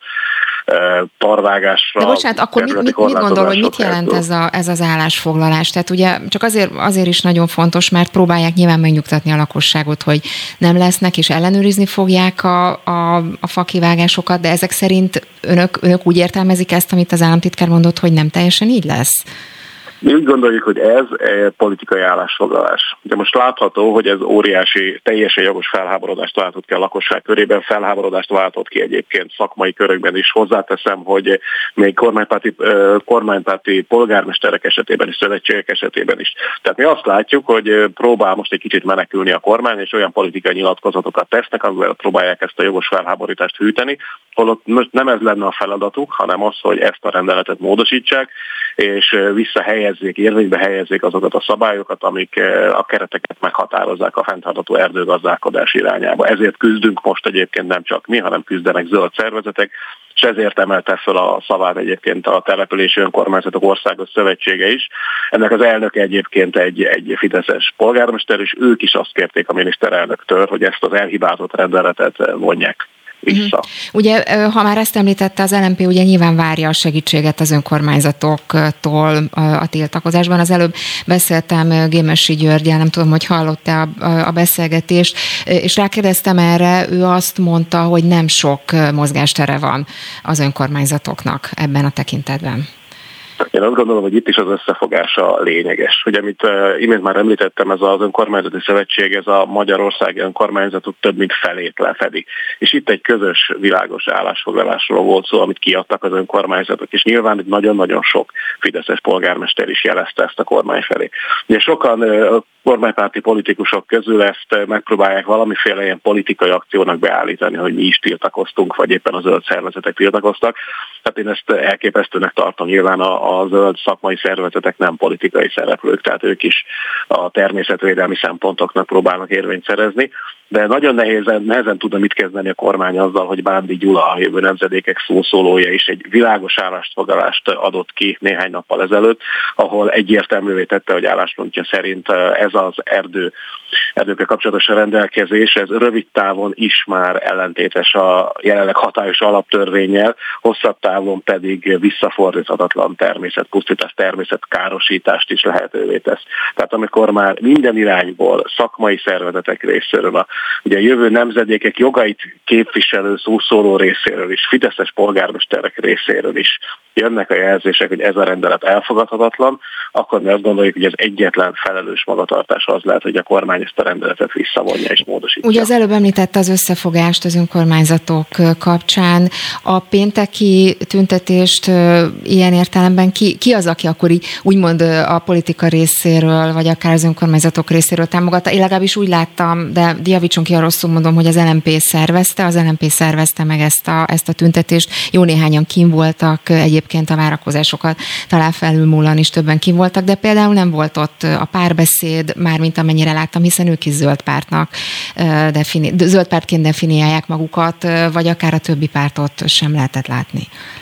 tarvágásra. De bocsánat, akkor mit, mit, mit gondol, hogy mit jelent ez, a, ez az állásfoglalás? Tehát ugye csak azért, azért is nagyon fontos, mert próbálják nyilván megnyugtatni a lakosságot, hogy nem lesznek, és ellenőrizni fogják a, a, a fakivágásokat, de ezek szerint önök, önök úgy értelmezik ezt, amit az államtitkár mondott, hogy nem teljesen így lesz? Mi úgy gondoljuk, hogy ez politikai állásfoglalás. De most látható, hogy ez óriási, teljesen jogos felháborodást váltott ki a lakosság körében, felháborodást váltott ki egyébként szakmai körökben is. Hozzáteszem, hogy még kormánypárti, kormánypárti polgármesterek esetében is, szövetségek esetében is. Tehát mi azt látjuk, hogy próbál most egy kicsit menekülni a kormány, és olyan politikai nyilatkozatokat tesznek, amivel próbálják ezt a jogos felháborítást hűteni, holott most nem ez lenne a feladatuk, hanem az, hogy ezt a rendeletet módosítsák, és visszahelyezzék, érvénybe helyezzék azokat a szabályokat, amik a kereteket meghatározzák a fenntartható erdőgazdálkodás irányába. Ezért küzdünk most egyébként nem csak mi, hanem küzdenek zöld szervezetek, és ezért emelte fel a szavát egyébként a Települési Önkormányzatok Országos Szövetsége is. Ennek az elnöke egyébként egy, egy fideszes polgármester, és ők is azt kérték a miniszterelnöktől, hogy ezt az elhibázott rendeletet vonják vissza. Uh-huh. Ugye, ha már ezt említette, az el em pé ugye nyilván várja a segítséget az önkormányzatoktól a tiltakozásban. Az előbb beszéltem Gémesi Györggyel, nem tudom, hogy hallotta a, a beszélgetést, és rákérdeztem erre, ő azt mondta, hogy nem sok mozgástere van az önkormányzatoknak ebben a tekintetben. Én azt gondolom, hogy itt is az összefogása lényeges. Hogy amit uh, imént már említettem, ez az önkormányzati szövetség, ez a Magyarországi önkormányzatok több mint felét lefedi. És itt egy közös, világos állásfoglalásról volt szó, amit kiadtak az önkormányzatok, és nyilván itt nagyon-nagyon sok fideszes polgármester is jelezte ezt a kormány felé. Ugye sokan uh, kormánypárti politikusok közül ezt megpróbálják valamiféle ilyen politikai akciónak beállítani, hogy mi is tiltakoztunk, vagy éppen a zöld szervezetek tiltakoztak. Tehát én ezt elképesztőnek tartom. Nyilván a, a zöld szakmai szervezetek nem politikai szereplők, tehát ők is a természetvédelmi szempontoknak próbálnak érvényt szerezni, de nagyon nehézen, nehezen tudna mit kezdeni a kormány azzal, hogy Bándi Gyula, a jövő nemzedékek szószólója is egy világos állásfoglalást adott ki néhány nappal ezelőtt, ahol egyértelművé tette, hogy álláspontja szerint ez az erdő, erdőkkel kapcsolatos rendelkezés, ez rövid távon is már ellentétes a jelenleg hatályos alaptörvénnyel, hosszabb távon pedig visszafordíthatatlan természetpusztítás, természetkárosítást is lehetővé tesz. Tehát amikor már minden irányból, szakmai szervezetek részéről, a, ugye a jövő nemzedékek jogait képviselő szószóló részéről is, fideszes polgármesterek részéről is jönnek a jelzések, hogy ez a rendelet elfogadhatatlan, akkor mi azt gondoljuk, hogy ez egyetlen felelős magatartás az lehet, hogy a kormány ezt a rendeletet visszavonja és módosítja. Ugye az előbb említette az összefogást az önkormányzatok kapcsán. A pénteki tüntetést ilyen értelemben ki, ki az, aki akkor így, úgymond a politika részéről, vagy akár az önkormányzatok részéről támogatta? Én legalábbis úgy láttam, de javítson ki, ha rosszul mondom, hogy az el em pé szervezte, az el em pé szervezte meg ezt a, ezt a tüntetést. Jó néhányan kín voltak, egyébként a várakozásokat talán felülmúlóan is többen kín voltak, de például nem volt ott a párbeszéd, mármint amennyire láttam, hiszen ők is zöld pártnak, defini- zöld pártként definiálják magukat, vagy akár a többi pártot sem lehetett látni.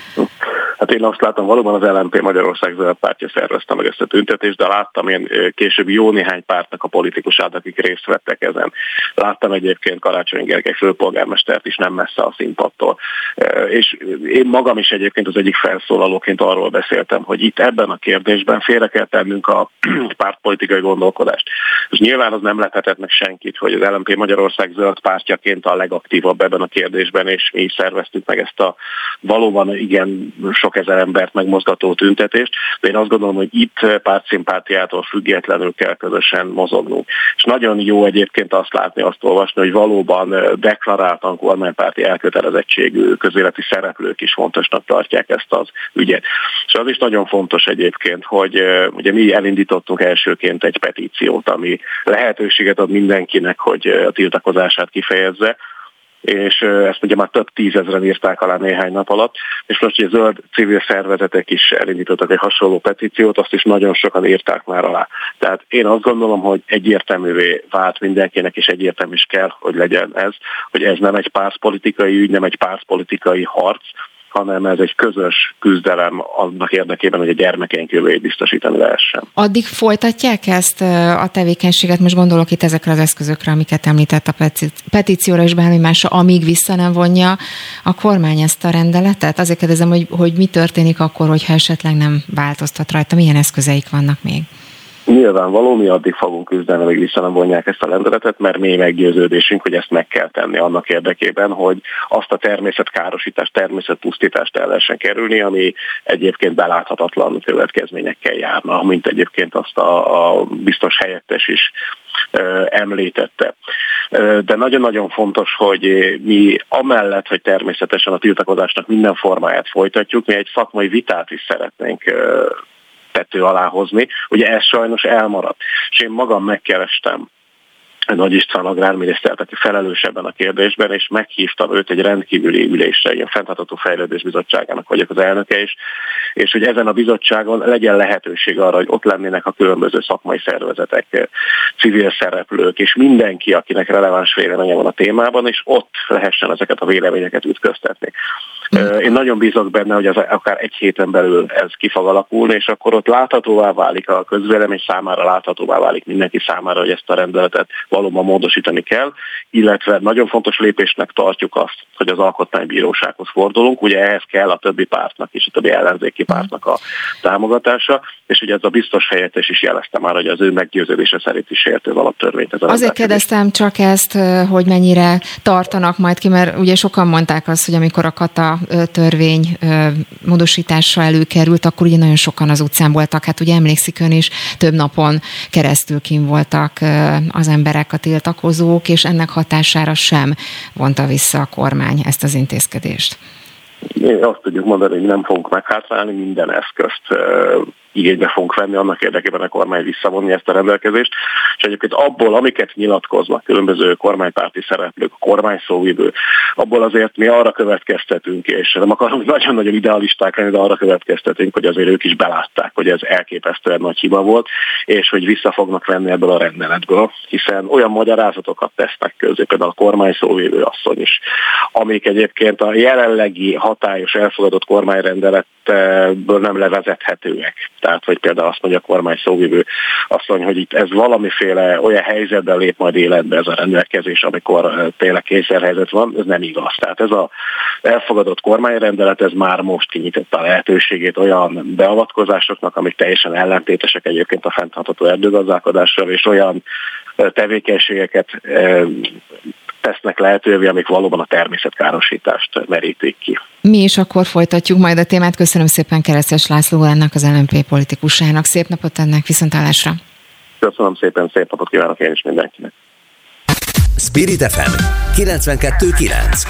Hát én azt látom, valóban az el em pé Magyarország Zöld Pártja szervezte meg ezt a tüntetést, de láttam én később jó néhány pártnak a politikusát, akik részt vettek ezen. Láttam egyébként Karácsony Gergely főpolgármestert is nem messze a színpadtól. és én magam is egyébként az egyik felszólalóként arról beszéltem, hogy itt ebben a kérdésben félre kell tennünk a pártpolitikai gondolkodást. És nyilván az nem lephetett meg senkit, hogy az el em pé Magyarország zöld pártjaként a legaktívabb ebben a kérdésben, és mi is szerveztük meg ezt a valóban igen sok ezer embert megmozgató tüntetést, de én azt gondolom, hogy itt pártszimpátiától függetlenül kell közösen mozognunk. És nagyon jó egyébként azt látni, azt olvasni, hogy valóban deklaráltan kormánypárti elkötelezettségű közéleti szereplők is fontosnak tartják ezt az ügyet. És az is nagyon fontos egyébként, hogy ugye mi elindítottunk elsőként egy petíciót, ami lehetőséget ad mindenkinek, hogy a tiltakozását kifejezze, és ezt ugye már több tízezren írták alá néhány nap alatt, és most ugye zöld civil szervezetek is elindítottak egy hasonló petíciót, azt is nagyon sokan írták már alá. Tehát én azt gondolom, hogy egyértelművé vált mindenkinek, és egyértelmű is kell, hogy legyen ez, hogy ez nem egy pártpolitikai ügy, nem egy pártpolitikai harc, hanem ez egy közös küzdelem annak érdekében, hogy a gyermekeink jövőjét biztosítani lehessen. Addig folytatják ezt a tevékenységet, most gondolok itt ezekre az eszközökre, amiket említett a petícióra és bármi másra, amíg vissza nem vonja a kormány ezt a rendeletet? Azért kérdezem, hogy, hogy mi történik akkor, hogyha esetleg nem változtat rajta, milyen eszközeik vannak még? Nyilvánvaló, mi addig fogunk küzdeni, amíg vissza nem vonják ezt a rendeletet, mert mély meggyőződésünk, hogy ezt meg kell tenni annak érdekében, hogy azt a természetkárosítást, természetpusztítást el lehessen kerülni, ami egyébként beláthatatlan következményekkel járna, mint egyébként azt a, a biztos helyettes is ö, említette. De nagyon-nagyon fontos, hogy mi amellett, hogy természetesen a tiltakozásnak minden formáját folytatjuk, mi egy szakmai vitát is szeretnénk ö, tető alá hozni. Ugye ez sajnos elmaradt. És én magam megkerestem Nagy István agrárminisztert, aki felelős ebben a kérdésben, és meghívtam őt egy rendkívüli ülésre, ilyen Fenntartható Fejlődés Bizottságának vagyok az elnöke is, és hogy ezen a bizottságon legyen lehetőség arra, hogy ott lennének a különböző szakmai szervezetek, civil szereplők, és mindenki, akinek releváns véleménye van a témában, és ott lehessen ezeket a véleményeket ütköztetni. Én nagyon bízok benne, hogy az akár egy héten belül ez ki fog alakulni, és akkor ott láthatóvá válik a közvélemény számára, láthatóvá válik mindenki számára, hogy ezt a rendeletet valóban módosítani kell, illetve nagyon fontos lépésnek tartjuk azt, hogy az alkotmánybírósághoz fordulunk, ugye ehhez kell a többi pártnak és a többi ellenzéki pártnak a támogatása, és ugye ez a biztos helyettes is jelezte már, hogy az ő meggyőződése szerint is érti az alaptörvényt. Ez Azért kérdeztem csak ezt, hogy mennyire tartanak majd ki, mert ugye sokan mondták azt, hogy amikor a Kata törvény módosítása előkerült, akkor ugye nagyon sokan az utcán voltak, hát ugye emlékszik ön is, több napon keresztül kint voltak az emberek, a tiltakozók, és ennek hatására sem vonta vissza a kormány ezt az intézkedést. Én azt tudjuk mondani, hogy nem fogunk meghátrálni, minden eszközt igénybe fogunk venni annak érdekében, a kormány visszavonni ezt a rendelkezést, és egyébként abból, amiket nyilatkoznak különböző kormánypárti szereplők, a kormányszóvivő, abból azért mi arra következtetünk, és nem akarunk nagyon-nagyon idealisták lenni, de arra következtetünk, hogy azért ők is belátták, hogy ez elképesztően nagy hiba volt, és hogy vissza fognak venni ebből a rendeletből, hiszen olyan magyarázatokat tesznek közé, például a kormányszóvivő asszony is, amik egyébként a jelenlegi hatályos elfogadott kormányrendeletből nem levezethetőek. Tehát, hogy például azt mondja a kormány szóvivő asszony, hogy itt ez valamiféle olyan helyzetben lép majd életbe ez a rendelkezés, amikor tényleg kényszerhelyzet van, ez nem igaz. Tehát ez az elfogadott kormányrendelet, ez már most kinyitotta a lehetőségét olyan beavatkozásoknak, amik teljesen ellentétesek egyébként a fenntartható erdőgazdálkodással, és olyan tevékenységeket tesznek lehetővé, amik valóban a természetkárosítást merítik ki. Mi is akkor folytatjuk majd a témát. Köszönöm szépen Keresztes László ennek az el em pé politikusának. Szép napot ennek, viszontlátásra. Köszönöm szépen, szép napot kívánok én is mindenkinek. Spirit ef em kilencvenkettő kilenc.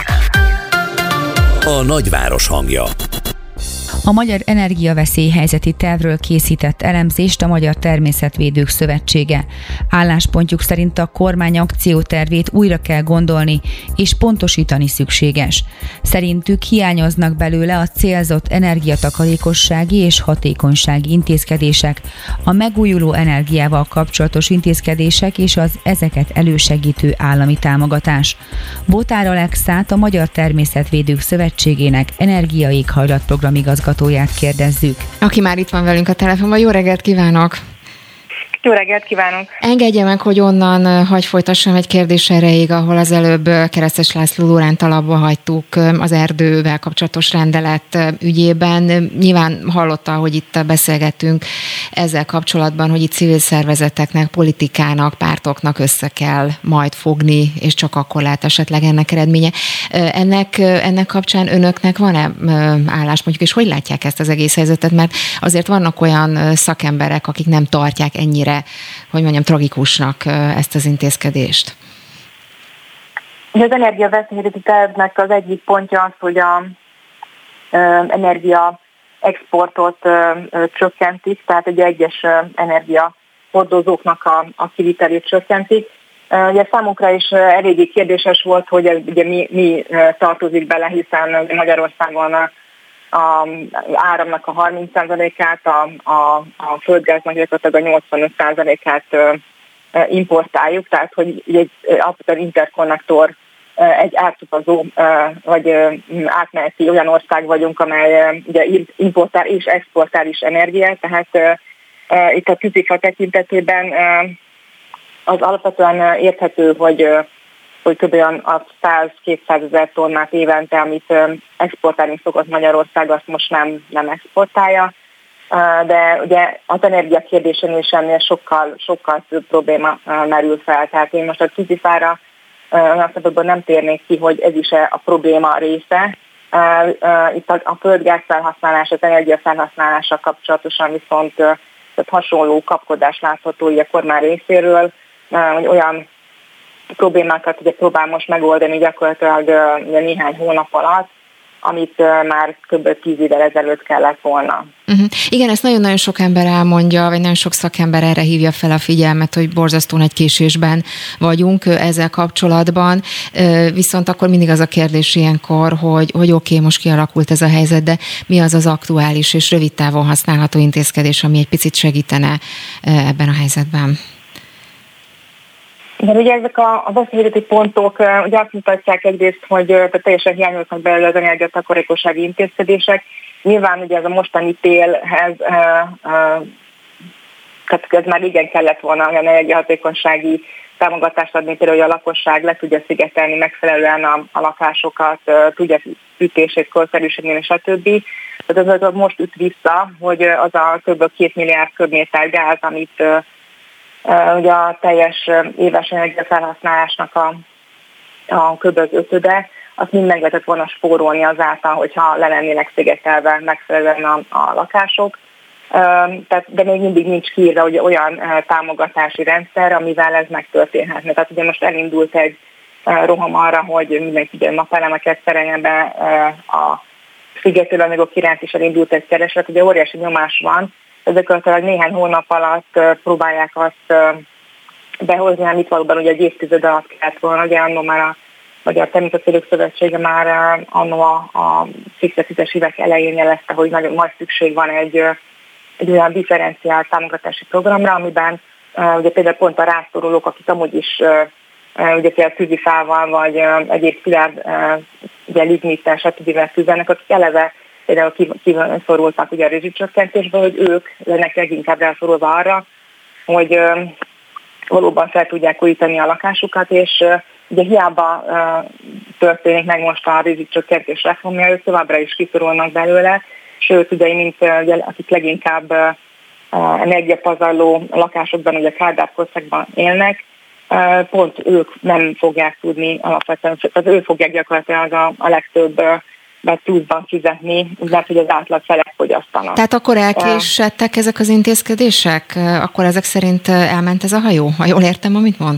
A nagyváros hangja. A Magyar Energiaveszélyhelyzeti Tervről készített elemzést a Magyar Természetvédők Szövetsége. Álláspontjuk szerint a kormány akciótervét újra kell gondolni, és pontosítani szükséges. Szerintük hiányoznak belőle a célzott energiatakarékossági és hatékonysági intézkedések, a megújuló energiával kapcsolatos intézkedések és az ezeket elősegítő állami támogatás. Botár Alexát, a Magyar Természetvédők Szövetségének energiaéghajlatprogram igazgatóját kérdezzük. Aki már itt van velünk a telefonban. Jó reggelt kívánok! Jó reggelt kívánunk! Engedje meg, hogy onnan hagy folytassam egy kérdés erejéig, ahol az előbb Keresztes László Lórán alapba hagytuk az erdővel kapcsolatos rendelet ügyében. Nyilván hallotta, hogy itt beszélgetünk ezzel kapcsolatban, hogy itt civil szervezeteknek, politikának, pártoknak össze kell majd fogni, és csak akkor lehet esetleg ennek eredménye. Ennek, ennek kapcsán önöknek van-e álláspontjuk, és hogy látják ezt az egész helyzetet? Mert azért vannak olyan szakemberek, akik nem tartják ennyire, hogy mondjam, tragikusnak ezt az intézkedést. Az energiaveszélyhelyzeti tervnek az egyik pontja az, hogy az energia exportot csökkentik, tehát egy egyes energiahordozóknak a, a kivitelét csökkentik. Ugye számunkra is eléggé kérdéses volt, hogy ugye mi, mi tartozik bele, hiszen Magyarországon a a áramnak a harminc százalékát, a, a, a földgáznak gyakorlatilag a nyolcvanöt százalékát importáljuk, tehát hogy egy alapvetően interkonnektor, egy átutazó vagy átmeneti olyan ország vagyunk, amely ugye importál és exportál is energiát, tehát itt a tűzifa tekintetében az alapvetően érthető, hogy hogy kb. A száz-kétszázezer tonnát évente, amit exportálni szokott Magyarország, azt most nem, nem exportálja. De ugye az energia kérdésen is ennél sokkal, sokkal több probléma merül fel. Tehát én most a tűzifára olyan szempontból nem térnék ki, hogy ez is a probléma része. Itt a földgáz felhasználás, az energia felhasználása kapcsolatosan viszont tehát hasonló kapkodás látható a kormány részéről, hogy olyan problémákat ugye próbál most megoldani gyakorlatilag ugye, néhány hónap alatt, amit már kb. tíz évvel ezelőtt kellett volna. Uh-huh. Igen, ezt nagyon-nagyon sok ember elmondja, vagy nagyon sok szakember erre hívja fel a figyelmet, hogy borzasztó nagy késésben vagyunk ezzel kapcsolatban, viszont akkor mindig az a kérdés ilyenkor, hogy, hogy oké, okay, most kialakult ez a helyzet, de mi az az aktuális és rövid távon használható intézkedés, ami egy picit segítene ebben a helyzetben? De ugye ezek a, a veszélyhelyzeti pontok ugye azt mutatják egyrészt, hogy teljesen hiányoznak belőle az energiatakarékossági intézkedések. Nyilván ugye ez a mostani télhez, e, e, tehát ez már igen kellett volna olyan energiahatékonysági támogatást adni, például, hogy a lakosság le tudja szigetelni megfelelően a, a lakásokat, tudja fűtését korszerűsíteni, stb. Tehát az most üt vissza, hogy az a kb. két milliárd köbméter gáz, amit Uh, ugye a teljes éves energiafelhasználásnak a, a kb. Az ötöde, azt mind meg lehetett volna spórolni azáltal, hogyha le lennének szigetelve megfelelően a, a lakások. Uh, tehát, de még mindig nincs kiírva ugye olyan uh, támogatási rendszer, amivel ez megtörténhetne. Tehát ugye most elindult egy uh, roham arra, hogy mindenki ugye napelemeket szereljen be, uh, a szigetülőanyagok iránt is elindult egy kereslet, ugye óriási nyomás van. Ezek néhány hónap alatt próbálják azt behozni, amit valóban ugye egy évtized alatt kellett volna. Ugye annó már a Magyar Természetvédők Szövetsége már annó a, a kétezer-tízes évek elején jelezte, hogy nagyon nagy szükség van egy, egy olyan differenciált támogatási programra, amiben ugye például pont a rászorulók, akik amúgy is ugye például tűzifával vagy egyéb szilárd lignittel, stb. Tüzelnek, akik eleve például kiszorultak ugye a rezsicsökkentésbe, hogy ők lennek leginkább rászorulva arra, hogy valóban fel tudják újítani a lakásukat, és ugye hiába történik meg most a rezsicsökkentés reformja, ők továbbra is kiszorulnak belőle, sőt, ugye, mint ugye, akik leginkább energiapazarló lakásokban, ugye Kádár-korszakban élnek, pont ők nem fogják tudni alapvetően, tehát ők fogják gyakorlatilag a, a legtöbb be pluszban fizetni, mert hogy az átlag felett fogyasztanak. Tehát akkor elkésettek ezek az intézkedések? Akkor ezek szerint elment ez a hajó? Ha jól értem, amit mond?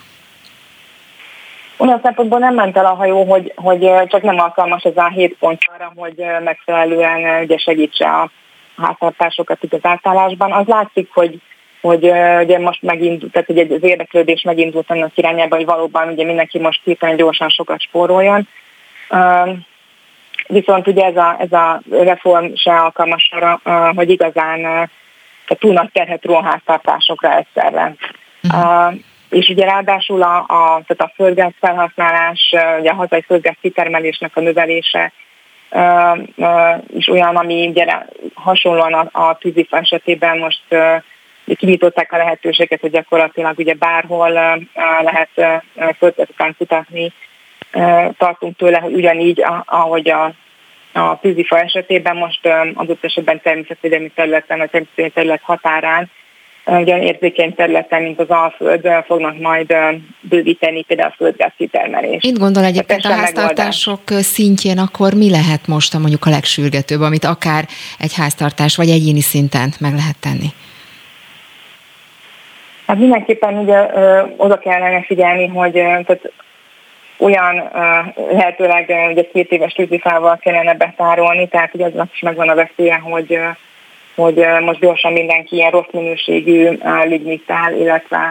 Olyan szempontból nem ment el a hajó, hogy, hogy csak nem alkalmas ez a hét pont arra, hogy megfelelően ugye segítse a háztartásokat az átállásban. Az látszik, hogy, hogy ugye most megindult, tehát ugye az érdeklődés megindult annak irányába, hogy valóban ugye mindenki most hirtelen gyorsan sokat spóroljon. Viszont ugye ez a, ez a reform se alkalmas arra, hogy igazán túl nagy terhet ró a háztartásokra egyszerre. Uh-huh. Uh, és ugye ráadásul a, a, tehát a földgáz felhasználás, ugye a hazai földgáz kitermelésnek a növelése uh, uh, is olyan, ami ugye hasonlóan a, a tűzifa esetében most uh, kinyitották a lehetőséget, hogy gyakorlatilag ugye bárhol lehet földet után kutatni. Tartunk tőle, hogy ugyanígy, ahogy a, a tűzifa esetében most adott esetben természetvédelmi területen, vagy természetvédelmi terület határán, ugyan érzékeny területen, mint az Alföld, fognak majd bővíteni például a földgáz kitermelést. Mit gondol egyébként a háztartások szintjén, akkor mi lehet most a mondjuk a legsürgetőbb, amit akár egy háztartás vagy egyéni szinten meg lehet tenni? Hát mindenképpen ugye oda kellene figyelni, hogy tehát olyan lehetőleg ugye két éves tűzifával kellene betárolni, tehát ugye aznak is megvan a veszélye, hogy hogy most gyorsan mindenki ilyen rossz minőségű lignittel, illetve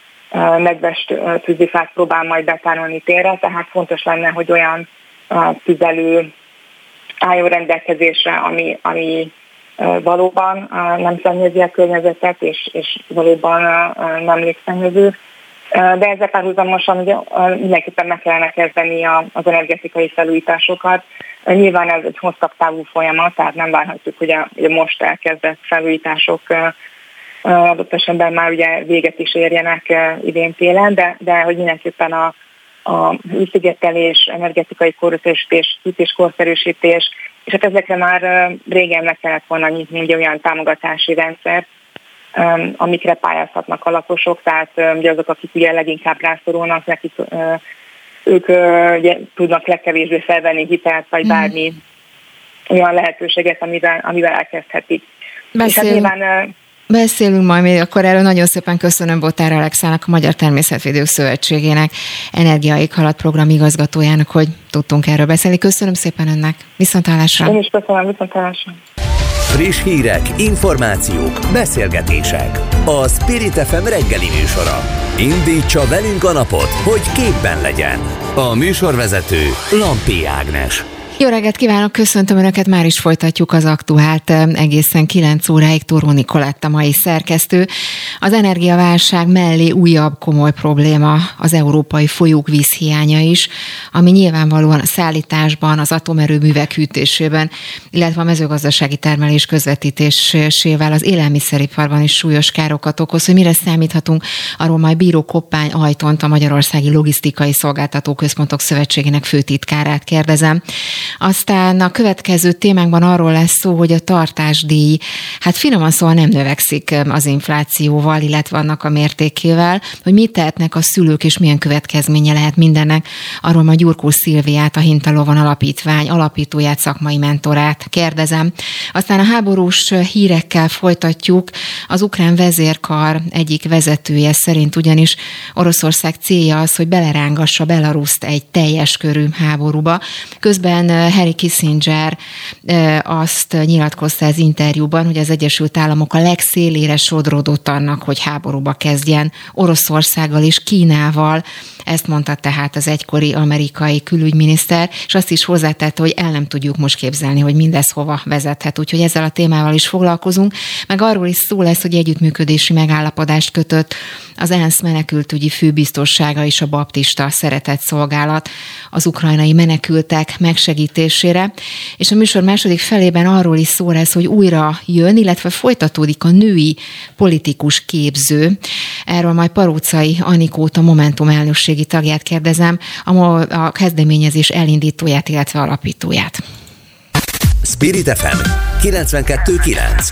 nedves tűzifát próbál majd betárolni térre, tehát fontos lenne, hogy olyan tüzelő álljon rendelkezésre, ami, ami valóban nem szennyezi a környezetet, és, és valóban nem légszennyező. De ezzel párhuzamosan ugye mindenképpen meg kellene kezdeni az energetikai felújításokat. Nyilván ez egy hosszabb távú folyamat, tehát nem várhatjuk, hogy a, hogy a most elkezdett felújítások adott esetben már ugye véget is érjenek idén télen, de, de hogy mindenképpen a, a hőszigetelés, energetikai korszerűsítés, hűtéskorszerűsítés, és hát ezekre már régen meg kellett volna nyitni egy olyan támogatási rendszert, amikre pályázhatnak a lakosok, tehát ugye azok, akik ugye leginkább rászorulnak, nekik ők ugye, tudnak legkevésbé felvenni hitelt, vagy bármi mm. olyan lehetőséget, amivel, amivel elkezdhetik. Beszélünk, hát nyilván, beszélünk majd még, akkor erről nagyon szépen köszönöm Botár Alexának, a Magyar Természetvédők Szövetségének Energiaéghajlat program igazgatójának, hogy tudtunk erről beszélni. Köszönöm szépen önnek. Viszontlátásra. Én is köszönöm, viszontlátásra. Friss hírek, információk, beszélgetések. A Spirit ef em reggeli műsora. Indítsa velünk a napot, hogy képben legyen. A műsorvezető Lampi Ágnes. Jó reggelt kívánok, köszöntöm Önöket, már is folytatjuk az aktuált egészen kilenc óráig. Toró Nikolett a mai szerkesztő. Az energiaválság mellé újabb komoly probléma az európai folyók vízhiánya is, ami nyilvánvalóan a szállításban, az atomerőművek hűtésében, illetve a mezőgazdasági termelés közvetítésével az élelmiszeriparban is súlyos károkat okoz. Hogy mire számíthatunk, arról majd Bíró Koppány Ajtont, a Magyarországi Logisztikai Szolgáltató Központok Szövetségének főtitkárát kérdezem. Aztán a következő témánkban arról lesz szó, hogy a tartásdíj, hát finoman szóval nem növekszik az inflációval, illetve annak a mértékével, hogy mit tehetnek a szülők, és milyen következménye lehet mindennek. Arról majd Gyurkó Szilviát, a Hintalovon Alapítvány alapítóját, szakmai mentorát kérdezem. Aztán a háborús hírekkel folytatjuk. Az ukrán vezérkar egyik vezetője szerint ugyanis Oroszország célja az, hogy belerángassa Belaruszt egy teljes körű háborúba. Közben Henry Kissinger azt nyilatkozta az interjúban, hogy az Egyesült Államok a legszélére sodródott annak, hogy háborúba kezdjen Oroszországgal és Kínával. Ezt mondta tehát az egykori amerikai külügyminiszter, és azt is hozzátette, hogy el nem tudjuk most képzelni, hogy mindez hova vezethet. Úgyhogy ezzel a témával is foglalkozunk. Meg arról is szó lesz, hogy együttműködési megállapodást kötött az ENSZ menekültügyi főbiztossága és a Baptista Szeretetszolgálat az ukrajnai menekültek megsegítésére. És a műsor második felében arról is szó lesz, hogy újra jön, illetve folytatódik a női politikus képző. Erről majd Parócai Anikót, a Momentum elnökségi tagját kérdezem, a, a kezdeményezés elindítóját, illetve alapítóját. Spirit ef em kilencvenkettő kilenc.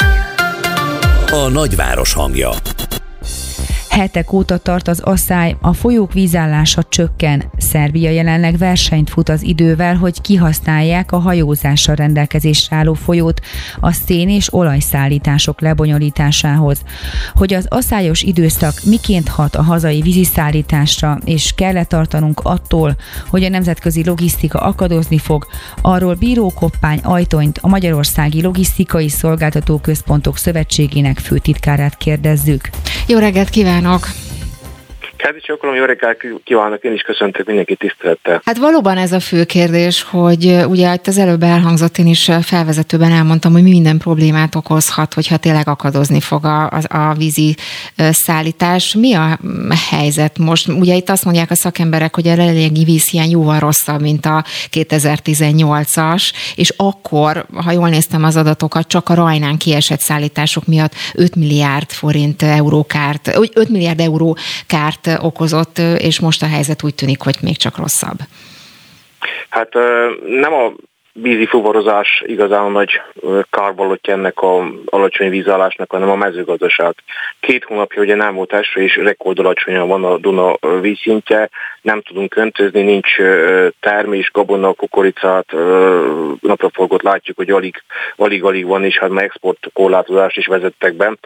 A nagyváros hangja. Hetek óta tart az asszály, a folyók vízállása csökken. Szerbia jelenleg versenyt fut az idővel, hogy kihasználják a hajózással rendelkezésre álló folyót a szén- és olajszállítások lebonyolításához. Hogy az asszályos időszak miként hat a hazai víziszállításra, és kell-e tartanunk attól, hogy a nemzetközi logisztika akadozni fog, arról Bíró Koppány Ajtonyt, a Magyarországi Logisztikai Szolgáltató Központok Szövetségének főtitkárát kérdezzük. Jó reggelt kívánok! Hát is akkor, jó reggelt kívánok, én is köszöntök mindenki tisztelettel. Hát valóban ez a fő kérdés, hogy ugye itt az előbb elhangzott, én is felvezetőben elmondtam, hogy minden problémát okozhat, hogyha tényleg akadozni fog a, a, a vízi szállítás. Mi a helyzet most? Ugye itt azt mondják a szakemberek, hogy a jelenlegi vízhiány jóval rosszabb, mint a kétezer-tizennyolcas, és akkor, ha jól néztem az adatokat, csak a Rajnán kiesett szállítások miatt öt milliárd forint eurókárt, öt milliárd euró kárt okozott, és most a helyzet úgy tűnik, hogy még csak rosszabb. Hát nem a vízi fuvarozás igazán nagy kárvalótja ennek a alacsony vízállásnak, hanem a mezőgazdaság. Két hónapja ugye nem volt eső, és rekordalacsonyan van a Duna vízszintje, nem tudunk öntözni, nincs termés, gabona, kukoricát, napraforgót látjuk, hogy alig, alig, alig van, és hát már export korlátozást is vezettek be.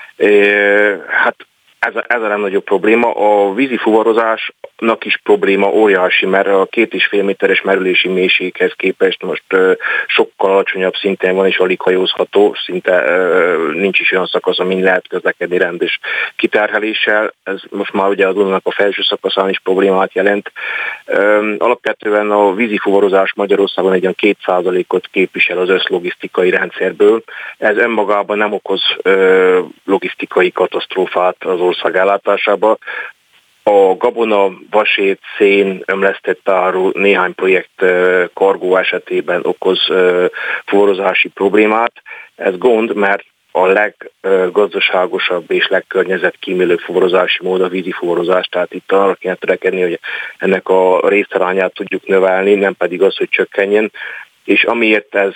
Hát Ez a, ez a legnagyobb probléma. A vízi fuvarozásnak is probléma óriási, mert a két és fél méteres merülési mélységhez képest most uh, sokkal alacsonyabb szinten van, és alig hajózható, szinte uh, nincs is olyan szakasz, amin lehet közlekedni rendes kiterheléssel. Ez most már ugye a Dunának a felső szakaszán is problémát jelent. Um, alapvetően a vízi fuvarozás Magyarországon egy olyan két százalékot képvisel az összlogisztikai rendszerből. Ez önmagában nem okoz uh, logisztikai katasztrófát az ország ellátásába. A gabona, vasét, szén, ömlesztett áru néhány projekt kargó esetében okoz fuvarozási problémát. Ez gond, mert a leggazdaságosabb és legkörnyezetkímélőbb fuvarozási mód a vízi fuvarozás, tehát itt arra kéne törekedni, hogy ennek a részarányát tudjuk növelni, nem pedig az, hogy csökkenjen. És amiért ez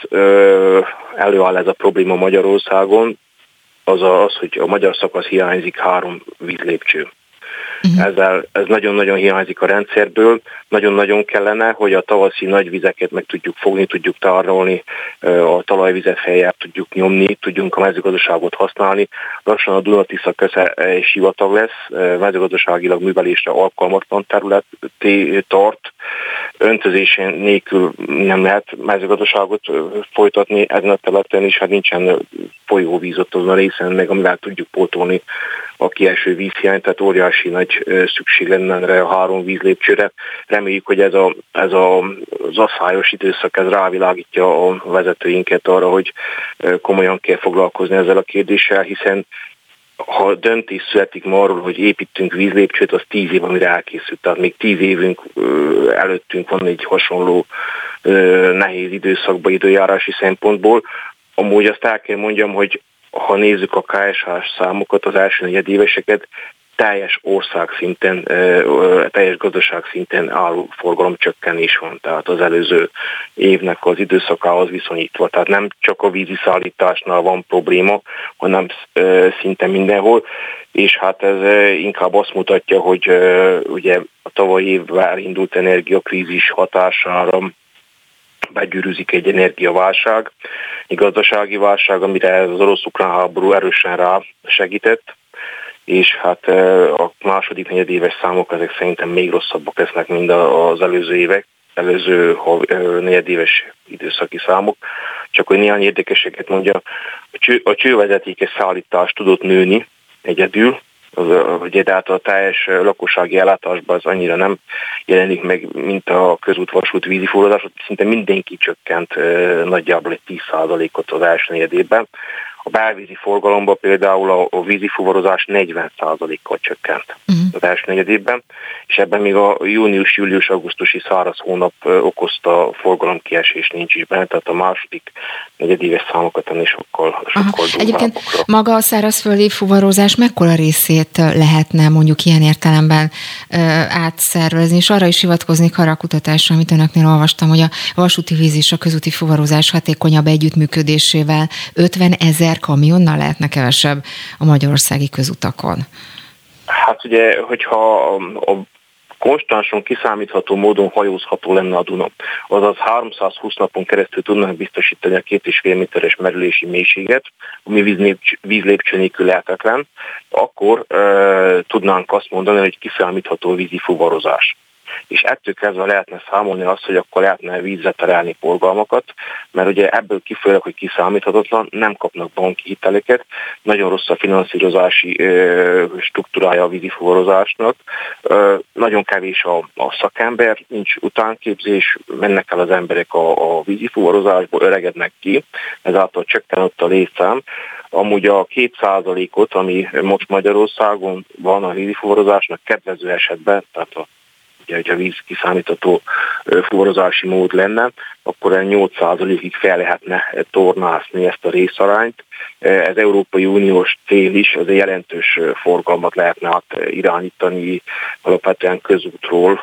előáll ez a probléma Magyarországon, az az, hogy a magyar szakasz hiányzik három vízlépcső. Uh-huh. Ezzel, ez nagyon-nagyon hiányzik a rendszerből, nagyon-nagyon kellene, hogy a tavaszi nagy vizeket meg tudjuk fogni, tudjuk tárolni, a talajvizet feljebb tudjuk nyomni, tudjunk a mezőgazdaságot használni. Lassan a Duna-Tisza köze sivatag lesz, mezőgazdaságilag művelésre alkalmatlan terület tart, öntözésen nélkül nem lehet mezőgazdaságot folytatni ezen a területen, és hát nincsen folyóvíz ott azon a részen, meg amivel tudjuk pótolni a kieső vízhiányt, tehát óriási nagy szükség lenne erre a három vízlépcsőre. Reméljük, hogy ez, a, ez a, az asszályos időszak ez rávilágítja a vezetőinket arra, hogy komolyan kell foglalkozni ezzel a kérdéssel, hiszen ha döntés születik ma arról, hogy építünk vízlépcsőt, az tíz év, amire elkészült. Tehát még tíz évünk előttünk van egy hasonló nehéz időszakban időjárási szempontból. Amúgy azt el kell mondjam, hogy ha nézzük a ká es há-s számokat, az első negyedéveseket, teljes ország szinten, teljes gazdaság szinten álló forgalomcsökkenés van, tehát az előző évnek az időszakához viszonyítva. Tehát nem csak a vízi szállításnál van probléma, hanem szinte mindenhol, és hát ez inkább azt mutatja, hogy ugye a tavalyi évvel indult energiakrízis hatására begyűrűzik egy energiaválság, egy gazdasági válság, amire az orosz-ukrán háború erősen rá segített, és hát a második negyedéves számok ezek szerintem még rosszabbak lesznek, mint az előző évek, előző negyedéves időszaki számok. Csak hogy néhány érdekeseket mondja, a csővezetékes szállítás tudott nőni egyedül, ugye tehát a teljes lakossági ellátásban az annyira nem jelenik meg, mint a közút-vasút vízi fuvarozás, szinte mindenki csökkent nagyjából egy tíz százalékot az első negyedében. A belvízi forgalomban például a, a vízi fuvarozás negyven százalékkal csökkent uh-huh. az első negyedében, és ebben még a június, július, augusztusi száraz hónap okozta forgalomkiesés nincs is benne, tehát a második negyedéves számokat ennél sokkal, sokkal Egyébként maga a szárazföldi fuvarozás mekkora részét lehetne mondjuk ilyen értelemben ö, átszervezni, és arra is hivatkoznék arra a kutatásra, amit önöknél olvastam, hogy a vasúti víz és a közúti fuvarozás hatékonyabb együttműködésével ötvenezer kamionnal lehetne kevesebb a magyarországi közutakon? Hát ugye, hogyha a konstanson kiszámítható módon hajózható lenne a Duna, azaz háromszázhúsz napon keresztül tudnak biztosítani a két és fél méteres merülési mélységet, ami vízlépcső nélkül lehetetlen, akkor e, tudnánk azt mondani, hogy kiszámítható vízi fuvarozás. és ettől kezdve lehetne számolni azt, hogy akkor lehetne vízre terelni forgalmakat, mert ugye ebből kifolyólag, hogy kiszámíthatatlan, nem kapnak banki hiteleket, nagyon rossz a finanszírozási ö, struktúrája a vízifuvarozásnak, ö, nagyon kevés a, a szakember, nincs utánképzés, mennek el az emberek a, a vízifuvarozásból, öregednek ki, ezáltal csökken ott a létszám. Amúgy a két százalékot, ami most Magyarországon van a vízifuvarozásnak kedvező esetben, tehát a, ugye, hogyha víz kiszámítható fuvarozási mód lenne, akkor a nyolc százalékig fel lehetne tornászni ezt a részarányt. Ez Európai Uniós cél is, az jelentős forgalmat lehetne át irányítani alapvetően közútról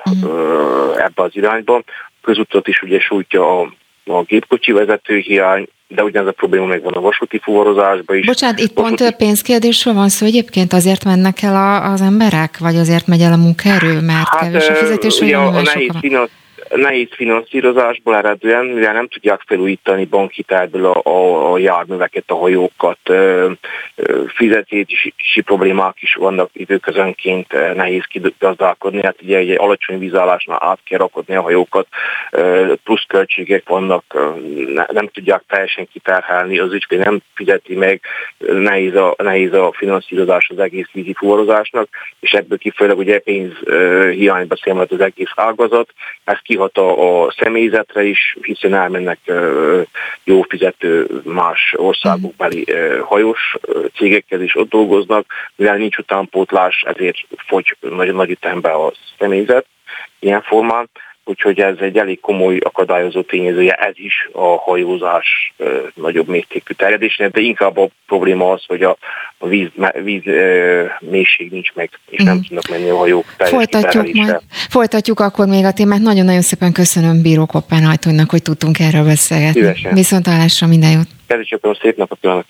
ebbe az irányba. Közútot is ugye sújtja a, a gépkocsi vezető hiány, de ugyanez a probléma megvan a vasúti fuvarozásban is. Bocsánat, itt vasúti... pont pénzkérdésről van szó, egyébként azért mennek el a, az emberek, vagy azért megy el a munkaerő, mert hát, kevés a fizetés, vagy a, a nehéz, finansz, nehéz finanszírozásból eredően, mivel nem tudják felújítani bankhitelből a, a, a járműveket, a hajókat, ö, ö, fizetési problémák is vannak időközönként, nehéz kigazdálkodni, hát ugye egy alacsony vízállásnál át kell rakodni a hajókat, ö, plusz költségek vannak, ne, nem tudják teljesen kiterhelni, az ügyfél nem fizeti meg, nehéz a, nehéz a finanszírozás az egész vízi fuvarozásnak, és ebből kifolyólag ugye pénz ö, hiányba számít az egész ágazat, ez kihat a, a személyzetre is, hiszen elmennek ö, jó fizető más országokbeli ö, hajós ö, cégekhez is ott dolgoznak, mivel nincs utánpótlás, ezért fogy nagyon nagy ütembe a személyzet ilyen formán, úgyhogy ez egy elég komoly akadályozó tényezője, ez is a hajózás ö, nagyobb mértékű terjedésnél, de inkább a probléma az, hogy a, a víz, víz ö, mélység nincs meg, és mm. nem tudnak menni a hajók teljes Folytatjuk majd. Folytatjuk akkor még a témát. Nagyon-nagyon szépen köszönöm Bíró Koppán Ajtónak, hogy tudtunk erről beszélgetni. Szívesen. Viszontlátásra, minden jót. Kedves, szép napot kívánok.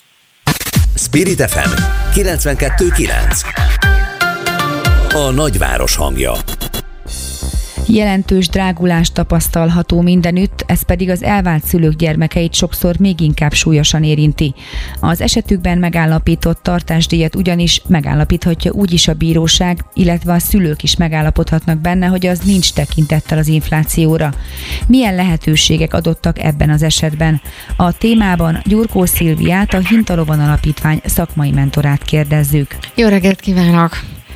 Spirit ef em kilencvenkettő kilenc. A nagyváros hangja. Jelentős drágulás tapasztalható mindenütt, ez pedig az elvált szülők gyermekeit sokszor még inkább súlyosan érinti. Az esetükben megállapított tartásdíjat ugyanis megállapíthatja úgyis a bíróság, illetve a szülők is megállapodhatnak benne, hogy az nincs tekintettel az inflációra. Milyen lehetőségek adottak ebben az esetben? A témában Gyurkó Szilviát, a Hintalovon Alapítvány szakmai mentorát kérdezzük. Jó reggelt kívánok!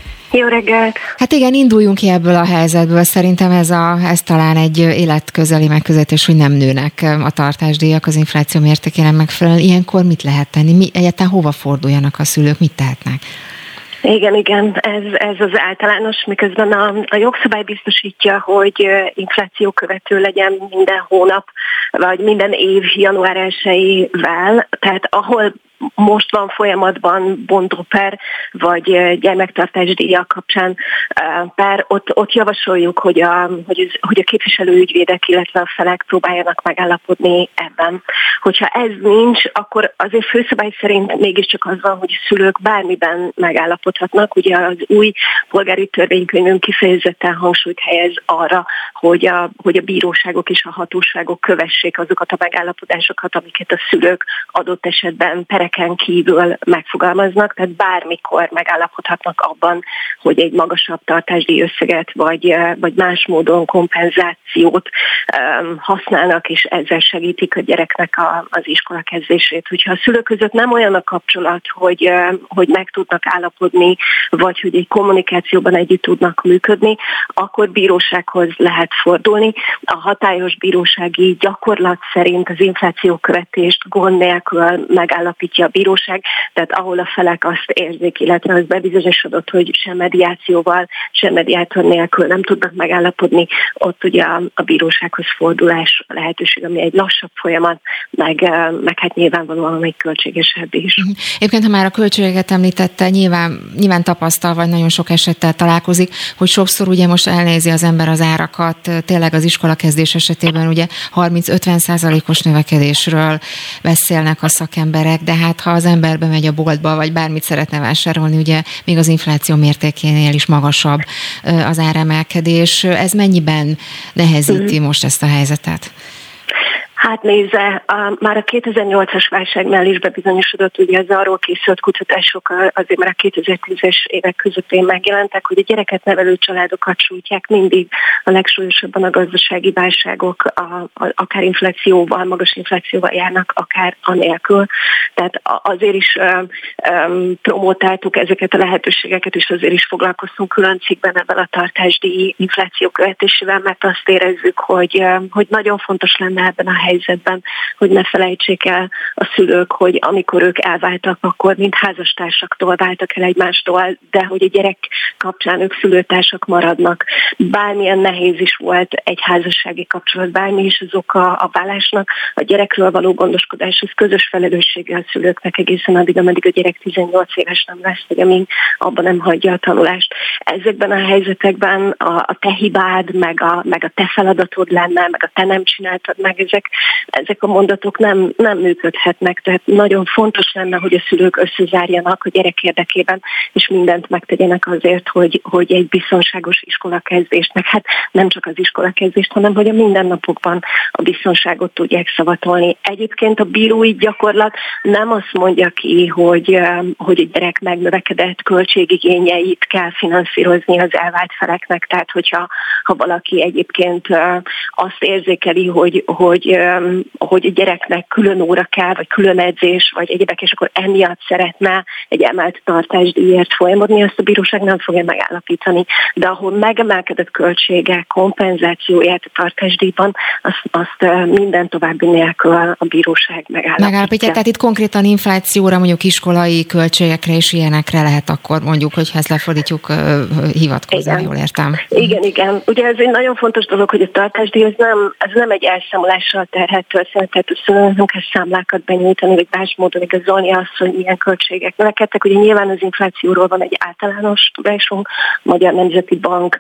Jó reggelt! Hát igen, induljunk ki ebből a helyzetből. Szerintem ez, a, ez talán egy életközeli megközelítés, hogy nem nőnek a tartásdíjak az infláció mértékének megfelelően. Ilyenkor mit lehet tenni? Mi, egyáltalán hova forduljanak a szülők? Mit tehetnek? Igen, igen, ez, ez az általános, miközben a, a jogszabály biztosítja, hogy infláció követő legyen minden hónap, vagy minden év január elsejével, tehát ahol most van folyamatban bontóper, vagy gyermektartásdíjak kapcsán per, ott, ott javasoljuk, hogy a, hogy, ez, hogy a képviselőügyvédek, illetve a felek próbáljanak megállapodni ebben. Hogyha ez nincs, akkor azért főszabály szerint mégiscsak az van, hogy a szülők bármiben megállapodhatnak. Ugye az új polgári törvénykönyvünk kifejezetten hangsúlyt helyez arra, hogy a, hogy a bíróságok és a hatóságok kövessék azokat a megállapodásokat, amiket a szülők adott esetben pereken kívül megfogalmaznak, tehát bármikor megállapodhatnak abban, hogy egy magasabb tartásdíj összeget, vagy, vagy más módon kompenzációt um, használnak, és ezzel segítik a gyereknek a, az iskola kezdését. Hogyha a szülők között nem olyan a kapcsolat, hogy, uh, hogy meg tudnak állapodni, vagy hogy egy kommunikációban együtt tudnak működni, akkor bírósághoz lehet fordulni. A hatályos bírósági gyakorlat szerint az inflációkövetést gond nélkül megállapítja a bíróság, tehát ahol a felek azt érzik, illetve az bebizonyosodott, hogy sem mediációval, sem mediátor nélkül nem tudnak megállapodni, ott ugye a, a bírósághoz fordulás lehetőség, ami egy lassabb folyamat, meg, meg hát nyilvánvalóan még költségesebb is. Egyébként, ha már a költségeket említette, nyilván, nyilván tapasztal, vagy nagyon sok esettel találkozik, hogy sokszor ugye most elnézi az ember az árakat, tényleg az iskolakezdés esetében ugye harminc-ötven százalékos növekedésről beszélnek a szakemberek, de hát ha az ember bemegy a boltba, vagy bármit szeretne vásárolni, ugye még az infláció mértékénél is magasabb az áremelkedés. Ez mennyiben nehezíti most ezt a helyzetet? Hát nézze, a, már a kétezer-nyolcas válságnál is bebizonyosodott, ugye az arról készült kutatások azért már a kétezer-tízes évek közepén megjelentek, hogy a gyereket nevelő családokat sújtják mindig a legsúlyosabban a gazdasági válságok, a, a, akár inflációval, magas inflációval járnak, akár anélkül. Tehát azért is um, um, promotáltuk ezeket a lehetőségeket, és azért is foglalkoztunk külön cikkben ebben a tartásdíj infláció követésével, mert azt érezzük, hogy, um, hogy nagyon fontos lenne ebben a helyzetben, hogy ne felejtsék el a szülők, hogy amikor ők elváltak, akkor mint házastársaktól váltak el egymástól, de hogy a gyerek kapcsán ők szülőtársak maradnak. Bármilyen nehéz is volt egy házassági kapcsolat, bármi is az oka a válásnak, a gyerekről való gondoskodás, az közös felelőssége a szülőknek egészen addig, ameddig a gyerek tizennyolc éves nem lesz, vagy amíg abban nem hagyja a tanulást. Ezekben a helyzetekben a, a te hibád, meg a, meg a te feladatod lenne, meg a te nem csináltad meg, ezek ezek a mondatok nem, nem működhetnek, tehát nagyon fontos lenne, hogy a szülők összezárjanak a gyerek érdekében, és mindent megtegyenek azért, hogy, hogy egy biztonságos iskolakezdést, meg hát nem csak az iskolakezdést, hanem hogy a mindennapokban a biztonságot tudják szavatolni. Egyébként a bírói gyakorlat nem azt mondja ki, hogy, hogy a gyerek megnövekedett költségigényeit kell finanszírozni az elvált feleknek, tehát hogyha ha valaki egyébként azt érzékeli, hogy, hogy hogy a gyereknek külön óra kell, vagy külön edzés, vagy egyébek, és akkor emiatt szeretne egy emelt tartásdíjért folyamodni, azt a bíróság nem fogja megállapítani. De ahol megemelkedett költségek kompenzációját a tartásdíjban, azt, azt minden további nélkül a bíróság megállapítja. Megállapítja, tehát itt konkrétan inflációra, mondjuk iskolai költségekre és ilyenekre lehet akkor mondjuk, hogyha ezt lefordítjuk, hivatkozni, jól értem. Igen, igen. Ugye ez egy nagyon fontos dolog, hogy a tartásdíj az nem, ez nem egy elszámolással terhelt történet, tehát a szülőnek kell számlákat benyújtani, vagy más módon igazolni azt, hogy milyen költségek növekedtek. Ugye nyilván az inflációról van egy általános tudásunk, Magyar Nemzeti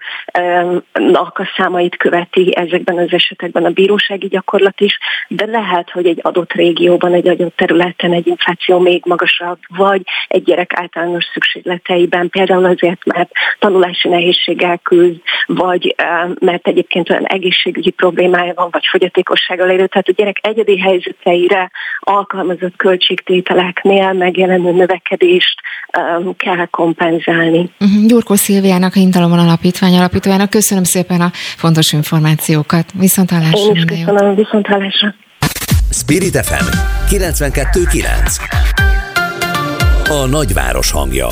Banknak a számait követi ezekben az esetekben a bírósági gyakorlat is, de lehet, hogy egy adott régióban, egy adott területen egy infláció még magasabb, vagy egy gyerek általános szükségleteiben, például azért, mert tanulási nehézséggel küzd, vagy mert egyébként olyan egészségügyi problémája van, vagy fogyatékossággal élő, tehát a gyerek egyedi helyzeteire alkalmazott költségtételeknél megjelenő növekedést um, kell kompenzálni. Uh-huh. Gyurkó Szilviának, a Intalomon Alapítvány alapítójának köszönöm szépen a fontos információkat. Viszonthallásra. Én is köszönöm, viszonthallásra. Spirit ef em kilencvenkettő kilenc. A nagyváros hangja.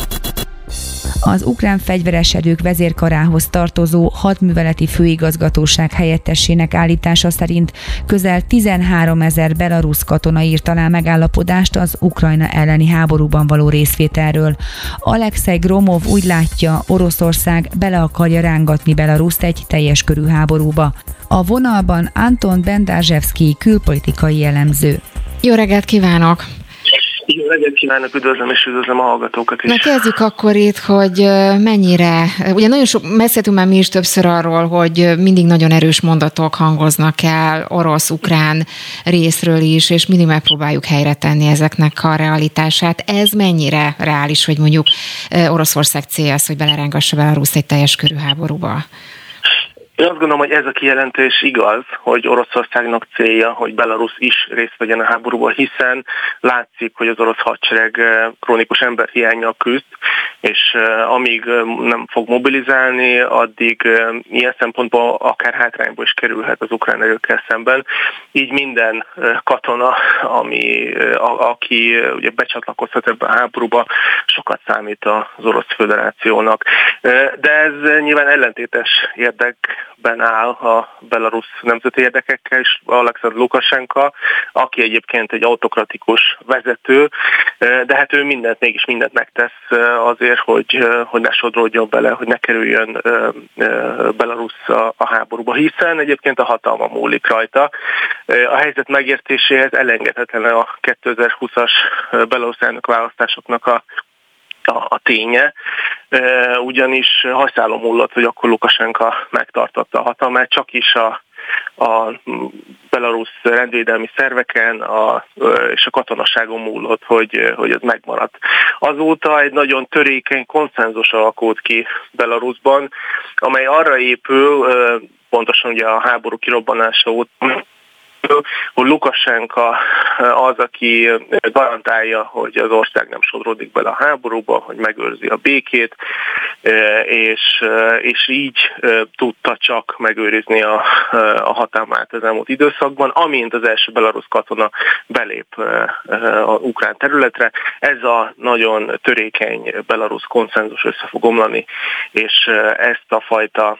Az ukrán fegyveres erők vezérkarához tartozó hadműveleti főigazgatóság helyettesének állítása szerint közel tizenháromezer belarusz katona írt alá megállapodást az Ukrajna elleni háborúban való részvételről. Alexej Gromov úgy látja, Oroszország bele akarja rángatni Belaruszt egy teljes körű háborúba. A vonalban Anton Bendázsevszkij külpolitikai elemző. Jó reggelt kívánok! Jó reggelt kívánok, üdvözlöm és üdvözlöm a hallgatókat is. Na kezdjük akkor itt, hogy mennyire, ugye nagyon sok, beszéltünk már mi is többször arról, hogy mindig nagyon erős mondatok hangoznak el orosz-ukrán részről is, és mindig megpróbáljuk helyre tenni ezeknek a realitását. Ez mennyire reális, hogy mondjuk Oroszország célja az, hogy belerengassa Belaruszt egy teljes körű háborúba? Én azt gondolom, hogy ez a kijelentés igaz, hogy Oroszországnak célja, hogy Belarus is részt vegyen a háborúban, hiszen látszik, hogy az orosz hadsereg krónikus emberhiánnyal küzd, és amíg nem fog mobilizálni, addig ilyen szempontból akár hátrányba is kerülhet az ukrán erőkkel szemben. Így minden katona, ami, a, aki ugye becsatlakozhat ebbe a háborúba, sokat számít az Orosz Föderációnak. De ez nyilván ellentétes érdekben áll a belarusz nemzeti érdekekkel, és Alexander Lukasenka, aki egyébként egy autokratikus vezető, de hát ő mindent, mégis mindent megtesz azért, hogy, hogy ne sodródjon bele, hogy ne kerüljön Belarus a, a háborúba, hiszen egyébként a hatalma múlik rajta. A helyzet megértéséhez elengedhetetlen a kétezer-húszas belarusz elnök választásoknak a A, a ténye, ugyanis hajszálon múlott, hogy akkor Lukasenka megtartotta a hatalmát, csak is a, a belarusz rendvédelmi szerveken a, és a katonaságon múlott, hogy, hogy ez megmaradt. Azóta egy nagyon törékeny konszenzus alakult ki Belarusban, amely arra épül, pontosan ugye a háború kirobbanása óta, hogy Lukasenka az, aki garantálja, hogy az ország nem sodródik bele a háborúba, hogy megőrzi a békét, és, és így tudta csak megőrizni a, a hatalmát az elmúlt időszakban, amint az első belarusz katona belép az ukrán területre. Ez a nagyon törékeny belarusz konszenzus össze fog omlani, és ezt a fajta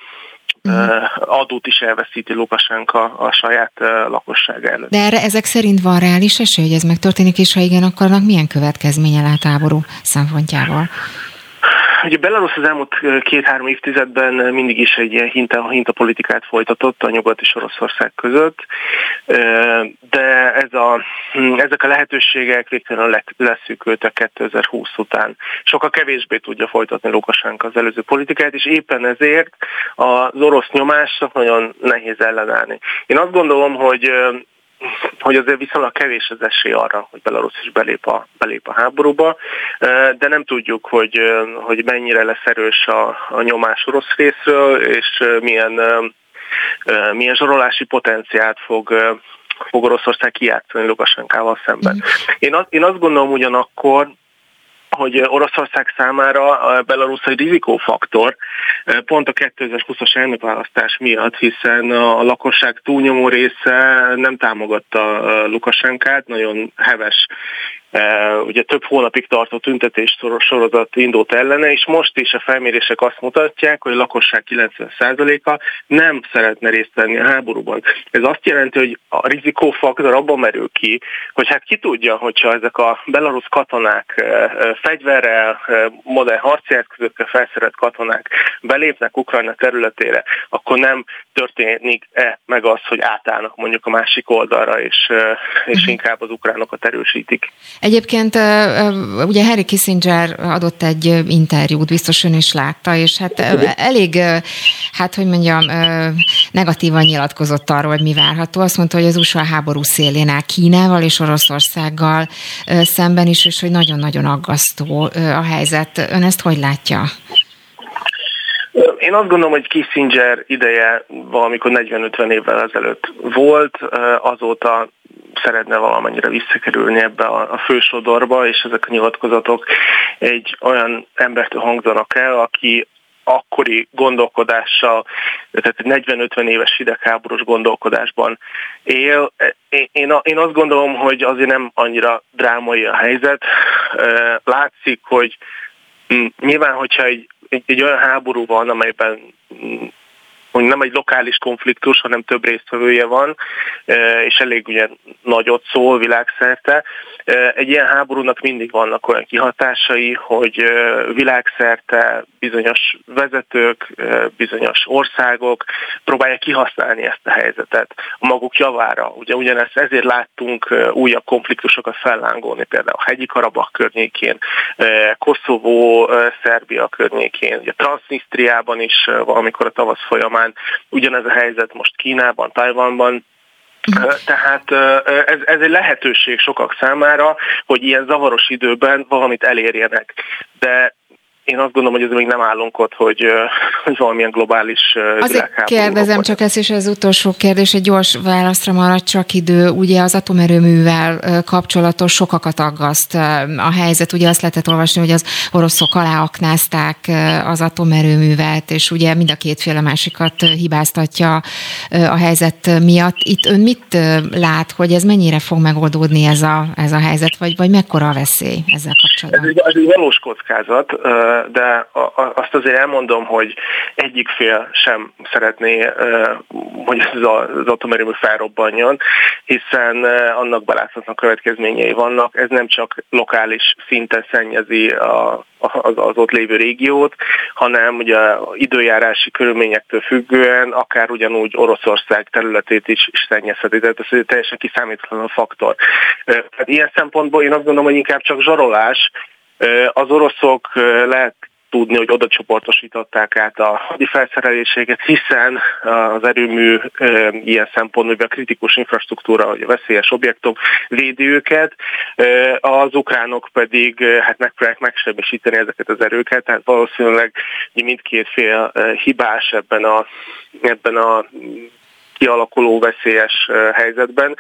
adót is elveszíti Lukasenka a saját lakossága előtt. De erre ezek szerint van reális esély, hogy ez megtörténik, és ha igen, akkor annak milyen következménye lehet háború szempontjából? Ugye Belarus az elmúlt két-három évtizedben mindig is egy ilyen hinta, hintapolitikát folytatott a Nyugat és Oroszország között, de ez a, ezek a lehetőségek végtelenül leszűkültek kétezer-húsz után. Sokkal kevésbé tudja folytatni Lukasenka az előző politikát, és éppen ezért az orosz nyomásnak nagyon nehéz ellenállni. Én azt gondolom, hogy hogy azért viszonylag kevés az esély arra, hogy Belarus is belép a, belép a háborúba, de nem tudjuk, hogy, hogy mennyire lesz erős a, a nyomás orosz részről, és milyen, milyen zsarolási potenciált fog, fog Oroszország kijátszani Lukasenkával szemben. Én, én azt gondolom ugyanakkor, hogy Oroszország számára a Belarus egy rizikófaktor pont a kétezer-húszas elnökválasztás miatt, hiszen a lakosság túlnyomó része nem támogatta Lukasenkát, nagyon heves, ugye több hónapig tartó tüntetés sorozat indult ellene, és most is a felmérések azt mutatják, hogy a lakosság kilencven százaléka nem szeretne részt venni a háborúban. Ez azt jelenti, hogy a rizikófaktor abban merül ki, hogy hát ki tudja, hogyha ezek a belarusz katonák fegyverrel, modern harci eszközökkel felszerelt katonák belépnek Ukrajna területére, akkor nem történik-e meg az, hogy átállnak mondjuk a másik oldalra, és, és inkább az ukránokat erősítik. Egyébként ugye Henry Kissinger adott egy interjút, biztos ön is látta, és hát elég, hát hogy mondjam, negatívan nyilatkozott arról, hogy mi várható. Azt mondta, hogy az u es á háború szélén áll Kínával és Oroszországgal szemben is, és hogy nagyon-nagyon aggasztó a helyzet. Ön ezt hogy látja? Én azt gondolom, hogy Kissinger ideje valamikor negyven-ötven évvel ezelőtt volt, azóta szeretne valamennyire visszakerülni ebbe a fősodorba, és ezek a nyilatkozatok egy olyan embertől hangzanak el, aki akkori gondolkodással, tehát negyven-ötven éves hidegháborús gondolkodásban él. Én, én azt gondolom, hogy azért nem annyira drámai a helyzet. Látszik, hogy nyilván, hogyha egy, egy, egy olyan háború van, amelyben hogy nem egy lokális konfliktus, hanem több résztvevője van, és elég ugye nagyot szól világszerte. Egy ilyen háborúnak mindig vannak olyan kihatásai, hogy világszerte bizonyos vezetők, bizonyos országok próbálják kihasználni ezt a helyzetet a maguk javára. Ugye ugyanezt ezért láttunk újabb konfliktusokat fellángolni, például a hegyi Karabakh környékén, Koszovó, Szerbia környékén, ugye Transnisztriában is valamikor a tavasz folyamán. Ugyanez a helyzet most Kínában, Tajvanban. Tehát ez, ez egy lehetőség sokak számára, hogy ilyen zavaros időben valamit elérjenek. De én azt gondolom, hogy ez még nem állunk ott, hogy, hogy valamilyen globális világháború. Azért kérdezem csak ezt, és az utolsó kérdés, egy gyors válaszra maradt csak idő. Ugye az atomerőművel kapcsolatos sokakat aggaszt a helyzet. Ugye azt lehetett olvasni, hogy az oroszok aláaknázták az atomerőművet, és ugye mind a kétféle másikat hibáztatja a helyzet miatt. Itt ön mit lát, hogy ez mennyire fog megoldódni ez a, ez a helyzet, vagy, vagy mekkora a veszély ezzel kapcsolatban? Ez egy, ez egy valós kockázat, de azt azért elmondom, hogy egyik fél sem szeretné, hogy ez az atomerőmű felrobbanjon, hiszen annak beláthatatlan következményei vannak. Ez nem csak lokális szinten szennyezi a, az, az ott lévő régiót, hanem ugye időjárási körülményektől függően akár ugyanúgy Oroszország területét is, is szennyezheti. Tehát ez egy teljesen kiszámíthatatlan faktor. Tehát ilyen szempontból én azt gondolom, hogy inkább csak zsarolás. Az oroszok lehet tudni, hogy oda csoportosították át a hadifelszereléseket, hiszen az erőmű ilyen szempontból, a kritikus infrastruktúra, vagy a veszélyes objektok védi őket, az ukránok pedig hát megpróbálják megsemmisíteni ezeket az erőket, tehát valószínűleg mindkét fél hibás ebben a, ebben a kialakuló veszélyes helyzetben.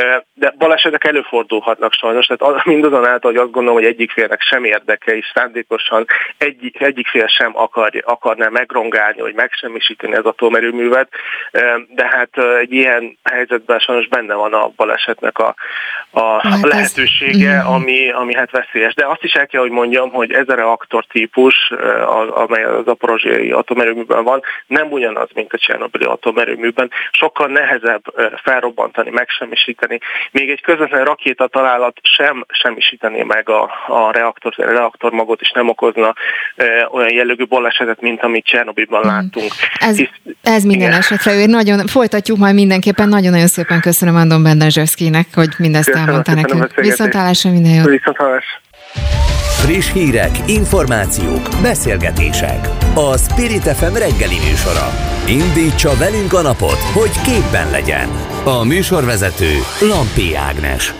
De balesetek előfordulhatnak sajnos, tehát mindazonáltal, hogy azt gondolom, hogy egyik félnek sem érdeke, és szándékosan egy, egyik fél sem akar, akarná megrongálni, vagy megsemmisíteni az atomerőművet, de hát egy ilyen helyzetben sajnos benne van a balesetnek a, a hát lehetősége, ez... ami, ami hát veszélyes. De azt is el kell, hogy mondjam, hogy ez a reaktortípus, amely az zaporozsiai atomerőműben van, nem ugyanaz, mint a csernobili atomerőműben. Sokkal nehezebb felrobbantani, megsemmisíteni. Még egy közvetlen rakéta találat sem semmisítené meg a, a reaktor, a reaktormagot, és nem okozna e, olyan jellegű balesetet, mint amit Csernobilban láttunk. Ez, Hisz, ez minden igen. esetre ő nagyon, folytatjuk majd mindenképpen. Nagyon-nagyon szépen köszönöm Andon Benderzsevszkinek, hogy mindezt köszönöm, elmondta nekünk. Viszontlátásra, minden jót! Viszontlátásra! Friss hírek, információk, beszélgetések. A Spirit ef em reggeli műsora. Indítsa velünk a napot, hogy képben legyen. A műsorvezető Lampi Ágnes.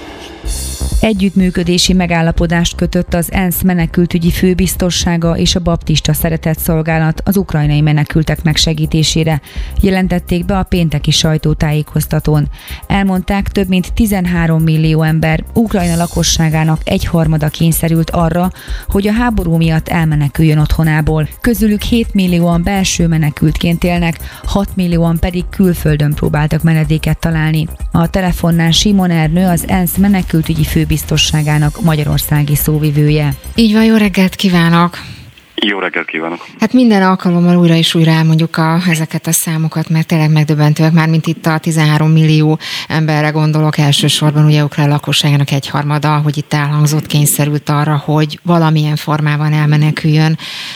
Együttműködési megállapodást kötött az ENSZ menekültügyi főbiztossága és a Baptista Szeretetszolgálat az ukrajnai menekültek megsegítésére, jelentették be a pénteki sajtótájékoztatón. Elmondták, több mint tizenhárom millió ember Ukrajna lakosságának egyharmada kényszerült arra, hogy a háború miatt elmeneküljön otthonából. Közülük hét millióan belső menekültként élnek, hat millióan pedig külföldön próbáltak menedéket találni. A telefonnál Simon Ernő, az ENSZ menekültügyi főbiztosságának magyarországi szóvivője. Így van, jó reggelt kívánok! Jó reggelt kívánok! Hát minden alkalommal újra és újra elmondjuk a, ezeket a számokat, mert tényleg megdöbbentőek, már mint itt a tizenhárom millió emberre gondolok, elsősorban ugye ukrán lakosságának egyharmada, hogy itt elhangzott, kényszerült arra, hogy valamilyen formában elmeneküljön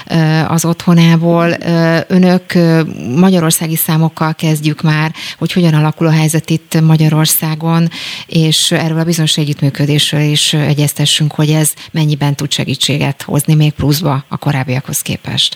az otthonából. Önök magyarországi számokkal kezdjük már, hogy hogyan alakul a helyzet itt Magyarországon, és erről a bizonyos együttműködésről is egyeztessünk, hogy ez mennyiben tud segítséget hozni még pluszba a korábbi képest.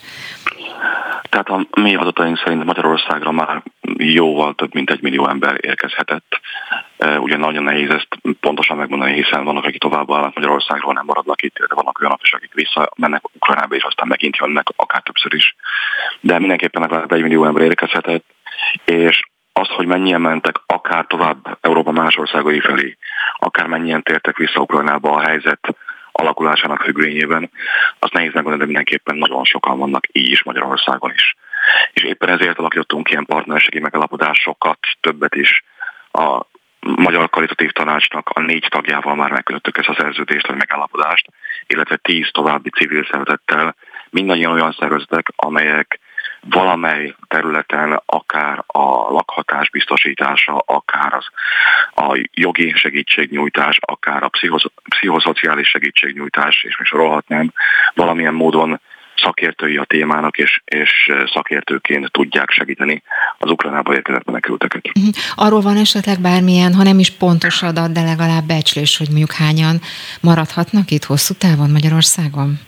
Tehát a mi adataink szerint Magyarországra már jóval több mint egy millió ember érkezhetett. Ugye nagyon nehéz ezt pontosan megmondani, hiszen vannak, akik tovább állnak Magyarországról, nem maradnak itt, de vannak olyanok is, akik visszamennek Ukrajnába, és aztán megint jönnek, akár többször is. De mindenképpen legalább egy millió ember érkezhetett, és az, hogy mennyien mentek akár tovább Európa más országai felé, akár mennyien tértek vissza Ukrajnába a helyzet alakulásának függvényében, azt nehéz megmondani, de mindenképpen nagyon sokan vannak így is Magyarországon is. És éppen ezért alakítottunk ilyen partnerségi megállapodásokat, többet is. A Magyar Karitatív Tanácsnak a négy tagjával már megkötöttük ezt a szerződést, vagy megállapodást, illetve tíz további civil szervezettel, mindannyian olyan szervezetek, amelyek valamely területen akár a lakhatás biztosítása, akár az a jogi segítségnyújtás, akár a pszichosz, pszichoszociális segítségnyújtás, és még sorolhatnám, valamilyen módon szakértői a témának, és, és szakértőként tudják segíteni az Ukrajnába érkezett menekülteket. Arról van esetleg bármilyen, ha nem is pontos adat, de legalább becslés, hogy mondjuk hányan maradhatnak itt hosszú távon Magyarországon?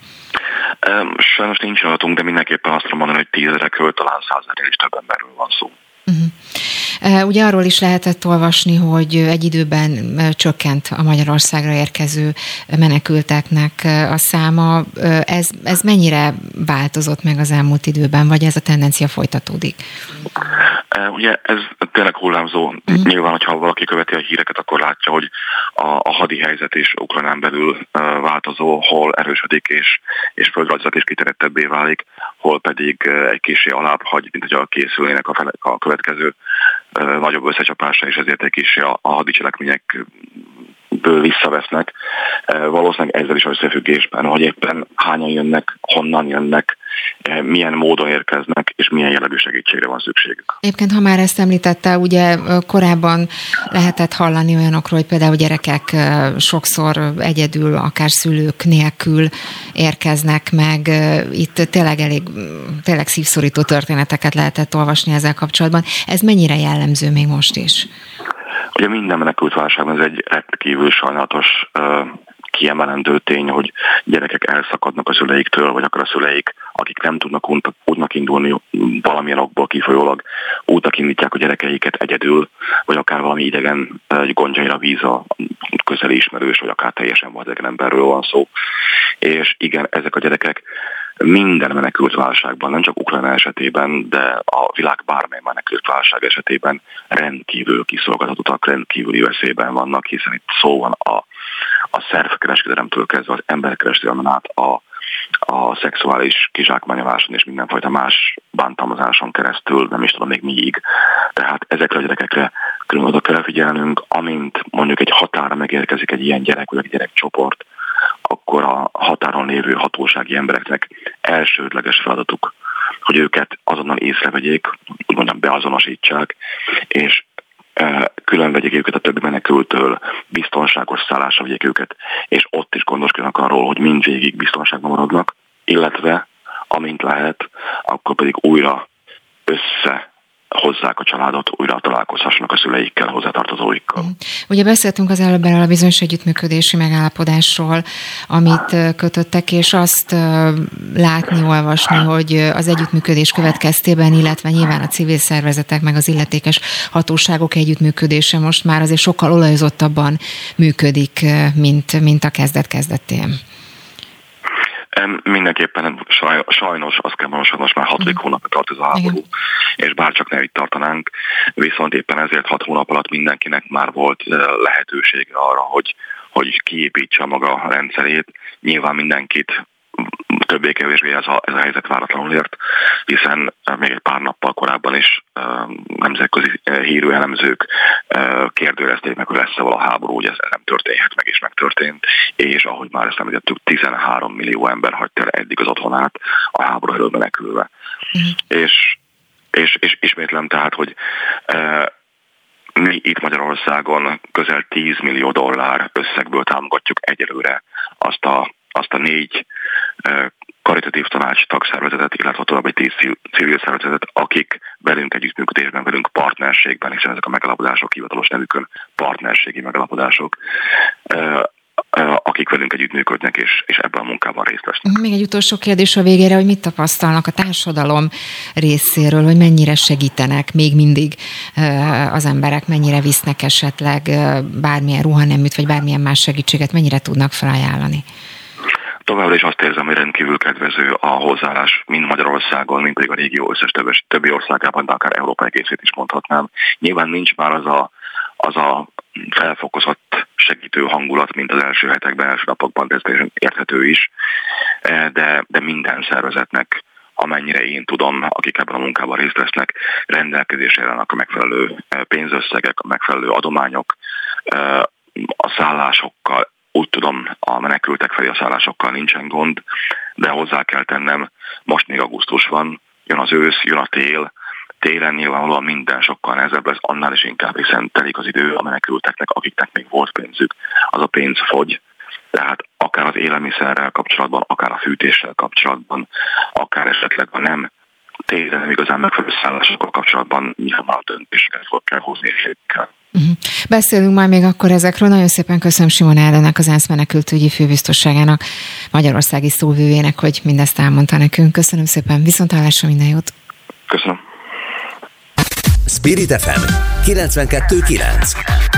Sajnos nincs adatunk, de mindenképpen azt tudom mondani, hogy tízezerekről, talán százezerről is több emberről van szó. Uh-huh. Ugye arról is lehetett olvasni, hogy egy időben csökkent a Magyarországra érkező menekülteknek a száma. Ez, ez mennyire változott meg az elmúlt időben, vagy ez a tendencia folytatódik? Ugye ez tényleg hullámzó. Uh-huh. Nyilván, hogyha valaki követi a híreket, akkor látja, hogy a, a hadi helyzet is Ukrajnán belül uh, változó, hol erősödik és, és földrajzilag is kiterjedtebbé válik, hol pedig uh, egy kissé alább hagy, mint hogy készülnének a, fele, a következő uh, nagyobb összecsapásra, és ezért egy kissé a, a hadicselekmények ből visszavesznek. Valószínűleg ezzel is összefüggésben, hogy éppen hányan jönnek, honnan jönnek, milyen módon érkeznek, és milyen jellegű segítségre van szükségük. Egyébként, ha már ezt említette, ugye korábban lehetett hallani olyanokról, hogy például gyerekek sokszor egyedül, akár szülők nélkül érkeznek meg. Itt tényleg elég tényleg szívszorító történeteket lehetett olvasni ezzel kapcsolatban. Ez mennyire jellemző még most is? Ugye minden menekült válságban ez egy rendkívül sajnálatos uh, kiemelendő tény, hogy gyerekek elszakadnak a szüleiktől, vagy akár a szüleik, akik nem tudnak útnak indulni valamilyen okból kifolyólag, útnak indítják a gyerekeiket egyedül, vagy akár valami idegen uh, gondjaira bízva, közeli ismerős, vagy akár teljesen vadidegen emberről van szó. És igen, ezek a gyerekek minden menekült válságban, nem csak Ukrajna esetében, de a világ bármely menekült válság esetében rendkívül kiszolgáltatottak, rendkívüli veszélyben vannak, hiszen itt szó van a, a szervkereskedelemtől kezdve az emberkereskedelmen át a, a szexuális kizsákmányoláson és mindenfajta más bántalmazáson keresztül, nem is tudom még miig. Tehát ezekre a gyerekekre külön oda kell figyelnünk, amint mondjuk egy határa megérkezik egy ilyen gyerek, vagy egy gyerekcsoport, akkor a határon lévő hatósági embereknek elsődleges feladatuk, hogy őket azonnal észrevegyék, úgy mondjam, beazonosítsák, és e, külön vegyék őket a többi menekültől, biztonságos szállásra vegyék őket, és ott is gondoskodnak arról, hogy mindvégig biztonságban maradnak, illetve amint lehet, akkor pedig újra össze hozzák a családot, újra találkozhassanak a szüleikkel, hozzátartozóikkal. Ugye beszéltünk az előbb erről a bizonyos együttműködési megállapodásról, amit kötöttek, és azt látni, olvasni, hogy az együttműködés következtében, illetve nyilván a civil szervezetek, meg az illetékes hatóságok együttműködése most már azért sokkal olajozottabban működik, mint, mint a kezdet-kezdetén. Mindenképpen sajnos, azt kell mondanom, most már hatodik hónapja tart ez a háború, igen. És bárcsak ne így tartanánk, viszont éppen ezért hat hónap alatt mindenkinek már volt lehetősége arra, hogy, hogy kiépítse maga a rendszerét. Nyilván mindenkit többé-kevésbé ez a, ez a helyzet váratlanul ért, hiszen még egy pár nappal korábban is uh, nemzetközi uh, hírű elemzők uh, kérdőrezték meg, hogy lesz-e vala háború, hogy ez nem történhet meg, és megtörtént, és ahogy már ezt említettük, tizenhárom millió ember hagyta el eddig az otthonát a háború elől menekülve. Mm. És, és, és ismétlem tehát, hogy uh, mi itt Magyarországon közel tíz millió dollár összegből támogatjuk egyelőre azt a azt a négy uh, karitatív tanács tagszervezetet, illetve további tíz civil szervezetet, akik velünk együttműködésben, velünk partnerségben, hiszen ezek a megállapodások hivatalos nevükön partnerségi megállapodások, uh, uh, akik velünk együttműködnek, és, és ebben a munkában részt vesznek. Még egy utolsó kérdés a végére, hogy mit tapasztalnak a társadalom részéről, hogy mennyire segítenek még mindig uh, az emberek, mennyire visznek esetleg uh, bármilyen ruhaneműt, vagy bármilyen más segítséget, mennyire tudnak felajánlani? Továbbra is azt érzem, hogy rendkívül kedvező a hozzáállás mind Magyarországon, mind pedig a régió összes többi országában, de akár Európa egészét is mondhatnám. Nyilván nincs már az a, az a felfokozott segítő hangulat, mint az első hetekben, első napokban, de ez érthető is, de, de minden szervezetnek, amennyire én tudom, akik ebben a munkában részt vesznek, rendelkezésre állnak a megfelelő pénzösszegek, a megfelelő adományok, a szállásokkal. Úgy tudom, a menekültek felé a szállásokkal nincsen gond, de hozzá kell tennem, most még augusztus van, jön az ősz, jön a tél, télen nyilvánvalóan minden sokkal nehezebb lesz, annál is inkább, hiszen telik az idő a menekülteknek, akiknek még volt pénzük, az a pénz fogy, tehát akár az élelmiszerrel kapcsolatban, akár a fűtéssel kapcsolatban, akár esetleg a nem télen nem igazán megfelelő szállásokkal kapcsolatban nyilván a döntéseket kell hozni kell. Uh-huh. Beszélünk majd még akkor ezekről. Nagyon szépen köszönöm Simon Ádának, az ENSZ menekültügyi főbiztosságának, magyarországi szóvivőjének, hogy mindezt elmondta nekünk. Köszönöm szépen, viszonthallásra, minden jót! Köszönöm. Spirit ef em kilencvenkettő kilenc.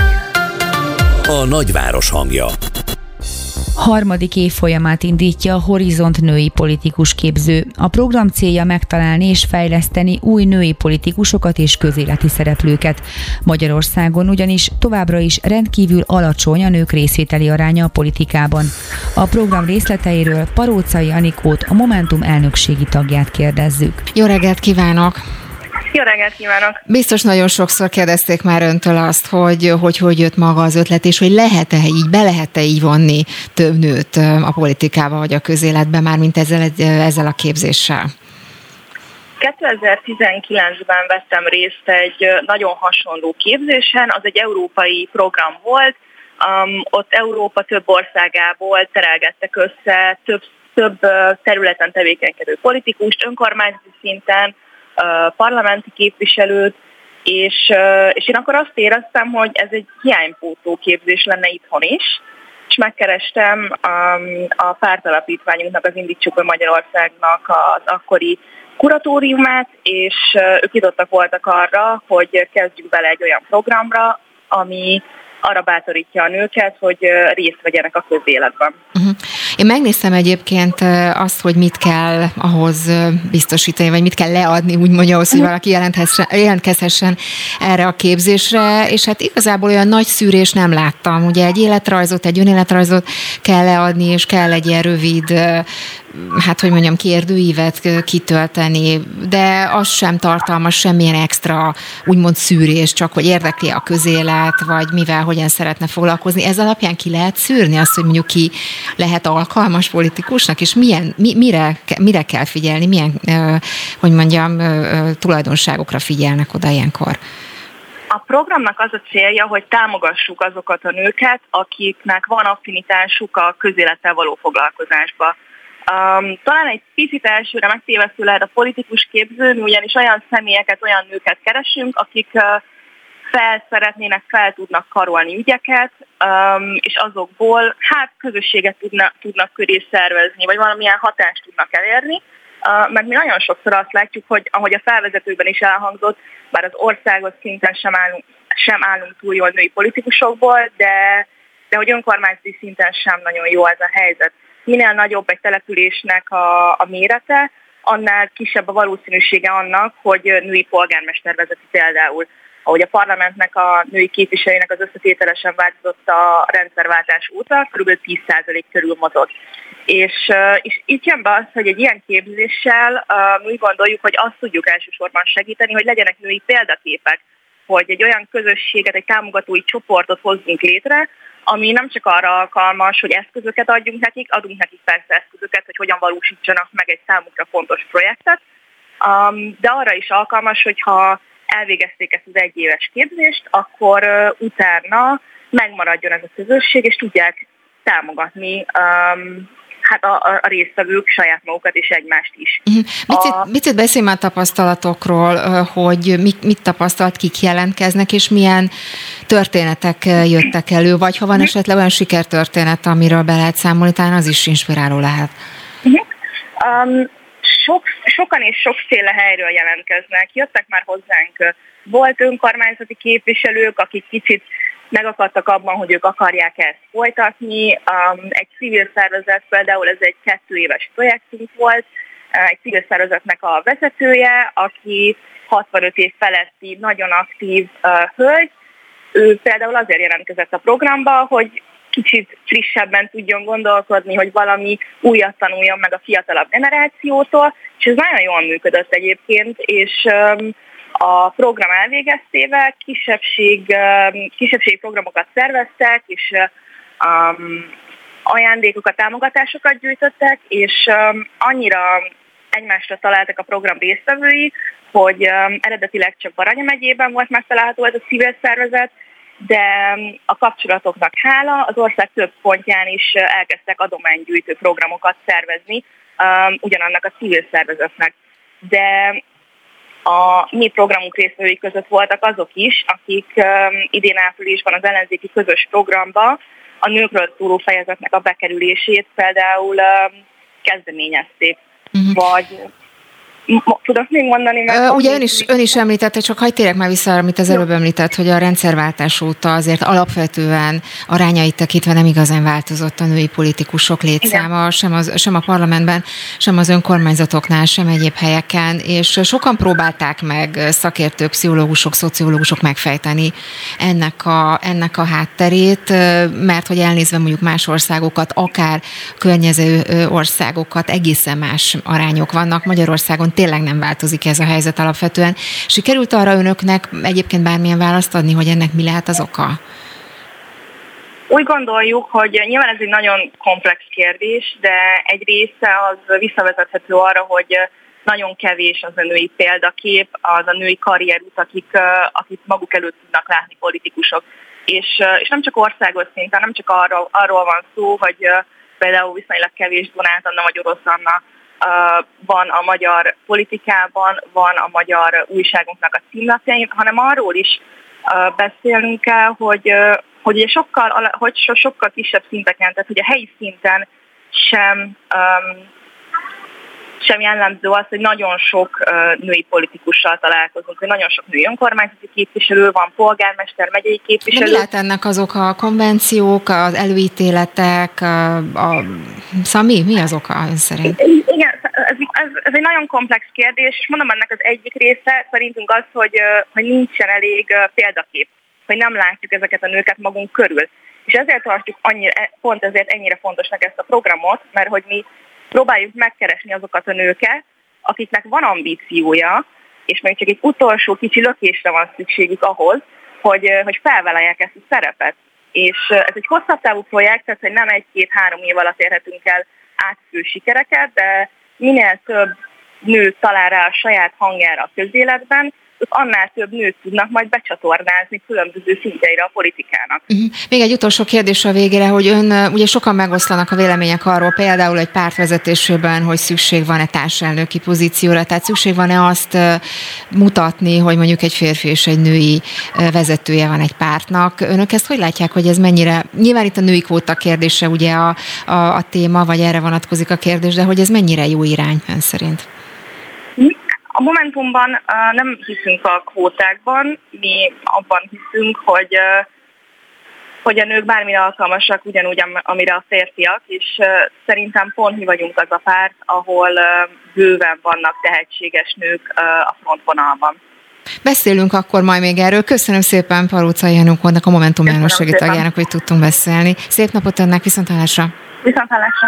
A nagyváros hangja. Harmadik évfolyamát indítja a Horizont női politikus képző. A program célja megtalálni és fejleszteni új női politikusokat és közéleti szereplőket. Magyarországon ugyanis továbbra is rendkívül alacsony a nők részvételi aránya a politikában. A program részleteiről Parócai Anikót, a Momentum elnökségi tagját kérdezzük. Jó reggelt kívánok! Jó reggelt kívánok! Biztos nagyon sokszor kérdezték már öntől azt, hogy hogy, hogy jött maga az ötlet, és hogy lehet-e így, be lehet-e így vonni több nőt a politikába vagy a közéletbe, már mint ezzel, ezzel a képzéssel? kétezer-tizenkilencben vettem részt egy nagyon hasonló képzésen, az egy európai program volt, um, ott Európa több országából terelgettek össze több, több területen tevékenykedő politikust, önkormányzati szinten, parlamenti képviselőt, és, és én akkor azt éreztem, hogy ez egy hiánypótló képzés lenne itthon is, és megkerestem a pártalapítványunknak, az Indítsuk Be Magyarországnak az akkori kuratóriumát, és ők nyitottak voltak arra, hogy kezdjük bele egy olyan programra, ami arra bátorítja a nőket, hogy részt vegyenek a közéletben. Uh-huh. Én megnéztem egyébként azt, hogy mit kell ahhoz biztosítani, vagy mit kell leadni, úgy mondja, ahhoz, hogy valaki jelentkezhessen erre a képzésre, és hát igazából olyan nagy szűrés nem láttam. Ugye egy életrajzot, egy önéletrajzot kell leadni, és kell egy ilyen rövid, hát hogy mondjam, kérdőívet kitölteni, de az sem tartalmaz semmilyen extra, úgymond szűrés, csak hogy érdekli a közélet, vagy mivel, hogyan szeretne foglalkozni. Ez alapján ki lehet szűrni azt, hogy mondjuk ki lehet alkalmas politikusnak, és milyen, mi, mire, mire kell figyelni, milyen, hogy mondjam, tulajdonságokra figyelnek oda ilyenkor? A programnak az a célja, hogy támogassuk azokat a nőket, akiknek van affinitásuk a közélettel való foglalkozásba. Um, talán egy picit elsőre megtévesztő lehet a politikus képző, ugyanis olyan személyeket, olyan nőket keresünk, akik uh, fel szeretnének, fel tudnak karolni ügyeket, um, és azokból hát közösséget tudna, tudnak köré szervezni, vagy valamilyen hatást tudnak elérni. Uh, mert mi nagyon sokszor azt látjuk, hogy ahogy a felvezetőben is elhangzott, bár az országos szinten sem állunk, sem állunk túl jól női politikusokból, de, de hogy önkormányzati szinten sem nagyon jó ez a helyzet. Minél nagyobb egy településnek a, a mérete, annál kisebb a valószínűsége annak, hogy női polgármester vezeti például. Ahogy a parlamentnek a női képviselőinek az összetételesen változott a rendszerváltás óta, kb. tíz százalék körül mozog. És, és itt jön be az, hogy egy ilyen képzéssel uh, mi gondoljuk, hogy azt tudjuk elsősorban segíteni, hogy legyenek női példaképek, hogy egy olyan közösséget, egy támogatói csoportot hozzunk létre, ami nem csak arra alkalmas, hogy eszközöket adjunk nekik, adunk nekik persze eszközöket, hogy hogyan valósítsanak meg egy számukra fontos projektet, um, de arra is alkalmas, hogyha elvégezték ezt az egyéves képzést, akkor uh, utána megmaradjon ez a közösség, és tudják támogatni um, hát a, a, a résztvevők saját magukat és egymást is. Uh-huh. Picit beszélj már tapasztalatokról, hogy mit, mit tapasztalt, kik jelentkeznek, és milyen történetek jöttek elő, vagy ha van uh-huh. esetleg olyan sikertörténet, amiről be lehet számolni, talán az is inspiráló lehet. Uh-huh. Um, sok, sokan és sokféle helyről jelentkeznek. Jöttek már hozzánk, volt önkormányzati képviselők, akik kicsit megakadtak abban, hogy ők akarják ezt folytatni. Um, egy civil szervezet, például ez egy kettő éves projektünk volt, egy civil szervezetnek a vezetője, aki hatvanöt év feletti, nagyon aktív uh, hölgy. Ő például azért jelentkezett a programba, hogy kicsit frissebben tudjon gondolkodni, hogy valami újat tanuljon meg a fiatalabb generációtól, és ez nagyon jól működött egyébként, és um, a program elvégeztével kisebbség, kisebbségi programokat szerveztek, és um, ajándékokat, támogatásokat gyűjtöttek, és um, annyira egymásra találtak a program résztvevői, hogy um, eredetileg csak Baranya megyében volt megtalálható ez a civil szervezet, de um, a kapcsolatoknak hála az ország több pontján is elkezdtek adománygyűjtő programokat szervezni um, ugyanannak a civil szervezetnek. De a mi programunk résztvevői között voltak azok is, akik um, idén áprilisban az ellenzéki közös programba a nőkről szóló fejezetnek a bekerülését például um, kezdeményezték. Uh-huh. Vagy tudok még mondani? Mert uh, ugye ön is, ön is említette, csak hagyj térjek már vissza, amit az előbb említett, hogy a rendszerváltás óta azért alapvetően arányait tekintve nem igazán változott a női politikusok létszáma, sem, az, sem a parlamentben, sem az önkormányzatoknál, sem egyéb helyeken, és sokan próbálták meg szakértők, pszichológusok, szociológusok megfejteni ennek a, ennek a hátterét, mert hogy elnézve mondjuk más országokat, akár környező országokat, egészen más arányok vannak. Magyarországon tényleg nem változik ez a helyzet alapvetően. Sikerült arra önöknek egyébként bármilyen választ adni, hogy ennek mi lehet az oka? Úgy gondoljuk, hogy nyilván ez egy nagyon komplex kérdés, de egy része az visszavezethető arra, hogy nagyon kevés az a női példakép, az a női karrierút, akik, akik maguk előtt tudnak látni politikusok. És, és nem csak országos szinten, nem csak arról, arról van szó, hogy például viszonylag kevés Donát Anna vagy Orosz Anna van a magyar politikában, van a magyar újságunknak a címlapjain, hanem arról is beszélnünk kell, hogy, hogy, sokkal, hogy sokkal kisebb szinteken, tehát hogy a helyi szinten sem, um, sem jellemző az, hogy nagyon sok női politikussal találkozunk, hogy nagyon sok női önkormányzati képviselő van, polgármester, megyei képviselő. De mi lehet ennek azok a konvenciók, az előítéletek, a, a Szami, mi az oka ön szerint? Igen, ez, ez, ez egy nagyon komplex kérdés, és mondom, ennek az egyik része szerintünk az, hogy, hogy nincsen elég példakép, hogy nem látjuk ezeket a nőket magunk körül. És ezért tartjuk annyira, pont ezért ennyire fontosnak ezt a programot, mert hogy mi próbáljuk megkeresni azokat a nőket, akiknek van ambíciója, és még csak egy utolsó kicsi lökésre van szükségük ahhoz, hogy, hogy felvállalják ezt a szerepet. És ez egy hosszabb távú projekt, tehát hogy nem egy-két-három év alatt érhetünk el átfő sikereket, de minél több nő talál rá a saját hangjára a közéletben, annál több nőt tudnak majd becsatornázni különböző szintjeire a politikának. Uh-huh. Még egy utolsó kérdés a végére, hogy ön, ugye sokan megoszlanak a vélemények arról, például egy párt vezetésében, hogy szükség van-e társelnöki pozícióra, tehát szükség van-e azt mutatni, hogy mondjuk egy férfi és egy női vezetője van egy pártnak. Önök ezt hogy látják, hogy ez mennyire, nyilván itt a női kvóta kérdése ugye a, a, a téma, vagy erre vonatkozik a kérdés, de hogy ez mennyire jó irány ön szerint? A Momentumban uh, nem hiszünk a kvótákban, mi abban hiszünk, hogy, uh, hogy a nők bármire alkalmasak ugyanúgy, amire a férfiak, és uh, szerintem pont mi vagyunk az a párt, ahol uh, bőven vannak tehetséges nők uh, a frontvonalban. Beszélünk akkor majd még erről. Köszönöm szépen Palóczai Janukónak, a Momentum elnökségi tagjának, hogy tudtunk beszélni. Szép napot önnek, viszonthallásra! Viszonthallásra!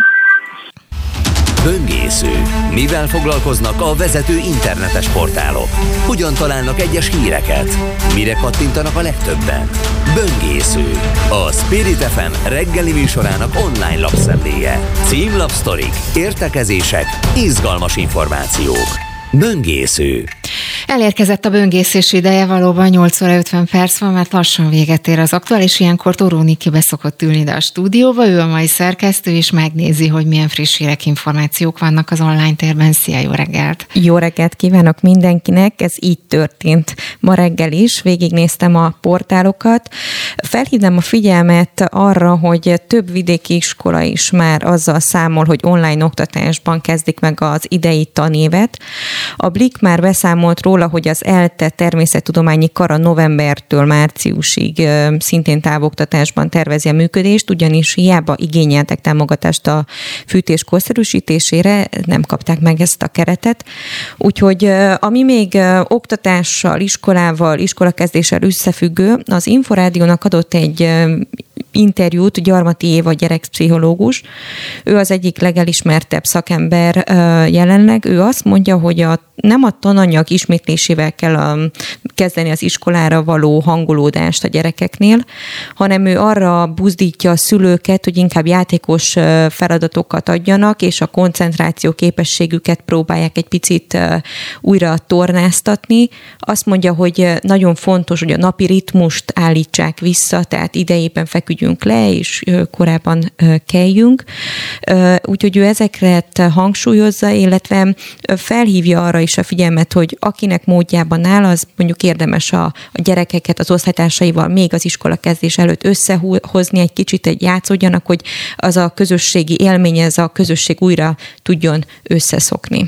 Böngésző. Mivel foglalkoznak a vezető internetes portálok? Hogyan találnak egyes híreket? Mire kattintanak a legtöbben? Böngésző. A Spirit ef em reggeli műsorának online lapszemléje. Címlapsztorik, értekezések, izgalmas információk. Böngésző. Elérkezett a böngészés ideje, valóban nyolc óra ötven perc van, mert lassan véget ér az aktuális, ilyenkor Toró Niki beszokott ülni ide a stúdióba, ő a mai szerkesztő, és megnézi, hogy milyen friss hírek, információk vannak az online térben. Szia, jó reggelt! Jó reggelt kívánok mindenkinek, ez így történt ma reggel is, végignéztem a portálokat. Felhívnám a figyelmet arra, hogy több vidéki iskola is már azzal számol, hogy online oktatásban kezdik meg az idei tanévet. A Blik már beszámolt róla, hogy az ELTE természettudományi kara novembertől márciusig szintén távoktatásban tervezi a működést, ugyanis hiába igényeltek támogatást a fűtés korszerűsítésére, nem kapták meg ezt a keretet. Úgyhogy ami még oktatással, iskolával, iskolakezdéssel összefüggő, az Inforádiónak adott egy interjút Gyarmati Éva gyerekpszichológus. Ő az egyik legelismertebb szakember jelenleg. Ő azt mondja, hogy a, nem a tananyag ismétlésével kell a, kezdeni az iskolára való hangolódást a gyerekeknél, hanem ő arra buzdítja a szülőket, hogy inkább játékos feladatokat adjanak, és a koncentráció képességüket próbálják egy picit újra tornáztatni. Azt mondja, hogy nagyon fontos, hogy a napi ritmust állítsák vissza, tehát idejében feküdjünk le, és korábban keljünk. Úgyhogy ő ezeket hangsúlyozza, illetve felhívja arra is a figyelmet, hogy akinek módjában áll, az mondjuk érdemes a, a gyerekeket az osztálytársaival még az iskola kezdés előtt összehozni, egy kicsit egy játszódjanak, hogy az a közösségi élmény, ez a közösség újra tudjon összeszokni.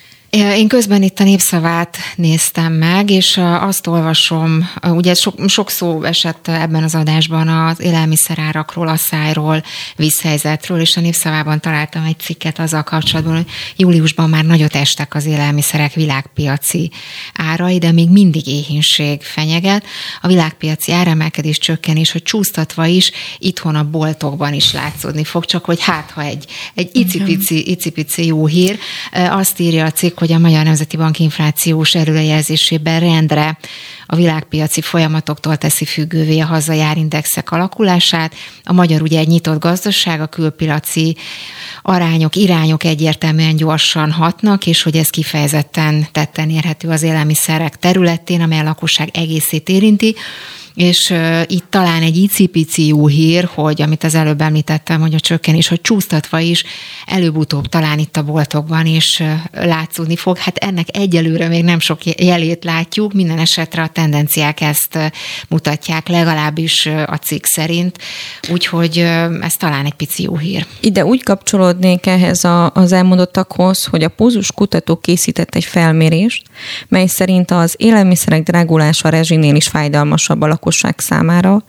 Én közben itt a Népszavát néztem meg, és azt olvasom, ugye sok, sok szó esett ebben az adásban az élelmiszerárakról, asszályról, vízhelyzetről, és a Népszavában találtam egy cikket azzal kapcsolatban, hogy júliusban már nagyot estek az élelmiszerek világpiaci árai, de még mindig éhínség fenyeget. A világpiaci áremelkedés csökkenés, hogy csúsztatva is itthon a boltokban is látszódni fog, csak hogy hát, ha egy, egy icipici, icipici jó hír, azt írja a cikk, hogy a Magyar Nemzeti Bank inflációs előrejelzésében rendre a világpiaci folyamatoktól teszi függővé a hazai árindexek alakulását. A magyar ugye egy nyitott gazdaság, a külpiaci arányok, irányok egyértelműen gyorsan hatnak, és hogy ez kifejezetten tetten érhető az élelmiszerek területén, amely a lakosság egészét érinti. és uh, itt talán egy icipici jó hír, hogy amit az előbb említettem, hogy a csökkenés, hogy csúsztatva is előbb-utóbb talán itt a boltokban is uh, látszódni fog. Hát ennek egyelőre még nem sok jelét látjuk, minden esetre a tendenciák ezt uh, mutatják, legalábbis uh, a cikk szerint, úgyhogy uh, ez talán egy pici jó hír. Ide úgy kapcsolódnék ehhez a, az elmondottakhoz, hogy a Pózus kutató készített egy felmérést, mely szerint az élelmiszerek drágulása a rezsinél is fájdalmasabb a lakosság számára.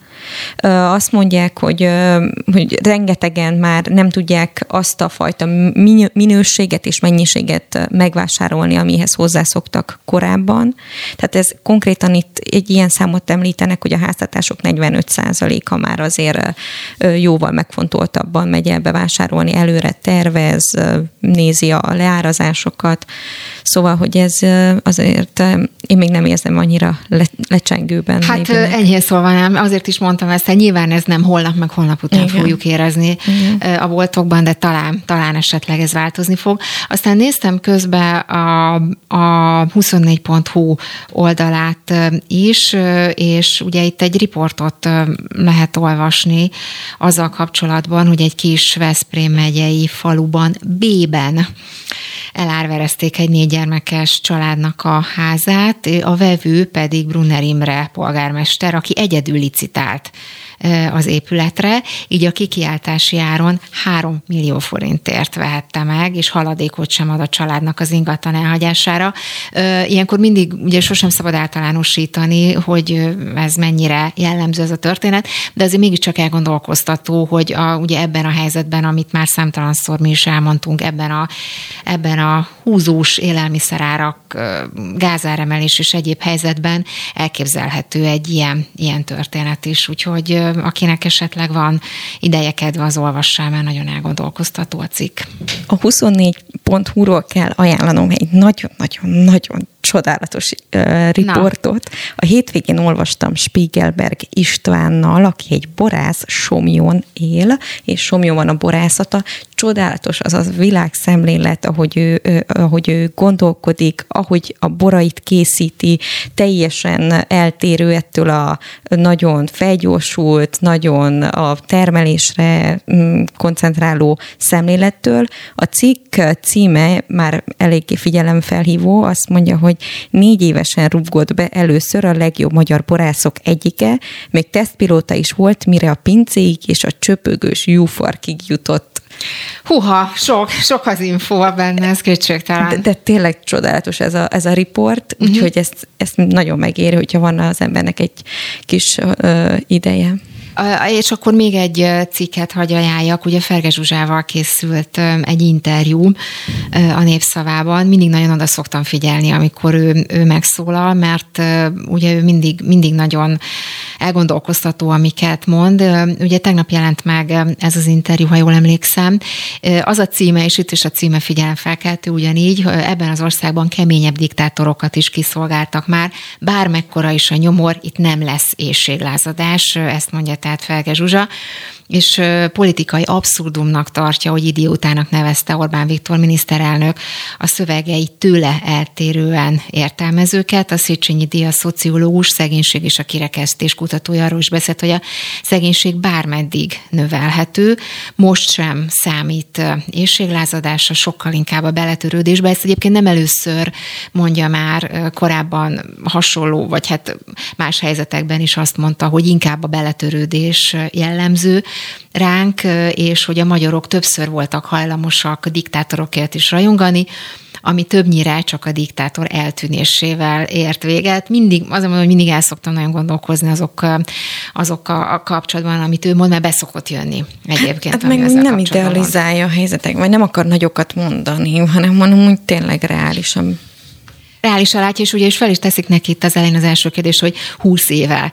Azt mondják, hogy, hogy rengetegen már nem tudják azt a fajta minőséget és mennyiséget megvásárolni, amihez hozzászoktak korábban. Tehát ez konkrétan itt egy ilyen számot említenek, hogy a háztartások negyvenöt százaléka már azért jóval megfontoltabban megy el bevásárolni, előre tervez, nézi a leárazásokat. Szóval, hogy ez azért én még nem érzem annyira le, lecsengőben. Hát enyhén szólva nem, azért is mondtam ezt, hogy nyilván ez nem holnap, meg holnap után Igen. fogjuk érezni Igen. a boltokban, de talán, talán esetleg ez változni fog. Aztán néztem közben a, a huszonnégy pont hu oldalát is, és ugye itt egy riportot lehet olvasni azzal kapcsolatban, hogy egy kis Veszprém megyei faluban B-ben elárverezték egy négy gyermekes családnak a házát, a vevő pedig Brunner Imre polgármester, aki egyedül licitált az épületre, így a kikiáltási áron három millió forintért vehette meg, és haladékot sem ad a családnak az ingatlan elhagyására. Ilyenkor mindig ugye sosem szabad általánosítani, hogy ez mennyire jellemző ez a történet, de azért mégiscsak elgondolkoztató, hogy a, ugye ebben a helyzetben, amit már számtalanszor mi is elmondtunk, ebben a, ebben a húzós élelmiszerárak, gázáremelés és egyéb helyzetben elképzelhető egy ilyen, ilyen történet is, úgyhogy akinek esetleg van ideje, kedve, az olvassál, mert nagyon elgondolkoztató a cikk. A huszonnégy pont hu-ról kell ajánlanom egy nagyon-nagyon-nagyon csodálatos uh, riportot. Na. A hétvégén olvastam Spiegelberg Istvánnal, aki egy borász Somjón él, és Somjón van a borászata. Csodálatos az a világszemlélet, ahogy ő, ahogy ő gondolkodik, ahogy a borait készíti, teljesen eltérő ettől a nagyon felgyorsult, nagyon a termelésre koncentráló szemlélettől. A cikk címe már eléggé figyelemfelhívó, azt mondja, hogy négy évesen rúgott be először a legjobb magyar borászok egyike, még tesztpilóta is volt, mire a pincéig és a csöpögős júfarkig jutott. Húha, sok, sok az infó benne, ez kétségtelen. De, de tényleg csodálatos ez a, ez a riport, uh-huh. úgyhogy ezt, ezt nagyon megéri, hogyha van az embernek egy kis uh, ideje. És akkor még egy cikket hagy ajánljak, ugye Ferge Zsuzsával készült egy interjú a Népszavában. Mindig nagyon oda szoktam figyelni, amikor ő, ő megszólal, mert ugye ő mindig, mindig nagyon elgondolkoztató, amiket mond. Ugye tegnap jelent meg ez az interjú, ha jól emlékszem. Az a címe, és itt is a címe figyelemfelkeltő ugyanígy, ebben az országban keményebb diktátorokat is kiszolgáltak már, bármekkora is a nyomor, itt nem lesz éhséglázadás, ezt mondja tehát Ferge Zsuzsa, és politikai abszurdumnak tartja, hogy idiótának nevezte Orbán Viktor miniszterelnök a szövegei tőle eltérően értelmezőket. A Széchenyi Díja szociológus, szegénység és a kirekesztés kutatója arról is beszélt, hogy a szegénység bármeddig növelhető, most sem számít éhséglázadásra, sokkal inkább a beletörődésbe. Ezt egyébként nem először mondja már, korábban hasonló, vagy hát más helyzetekben is azt mondta, hogy inkább a beletörődés jellemző ránk, és hogy a magyarok többször voltak hajlamosak diktátorokért is rajongani, ami többnyire csak a diktátor eltűnésével ért véget. Mindig, azért mondom, hogy mindig el szoktam nagyon gondolkozni azok, azok a, a kapcsolatban, amit ő mond, mert beszokott jönni egyébként. Hát meg nem idealizálja a helyzetek, vagy nem akar nagyokat mondani, hanem mondom, hogy tényleg reálisan. Reálisan látja, és ugye is fel is teszik neki itt az elején az első kérdés, hogy húsz éve,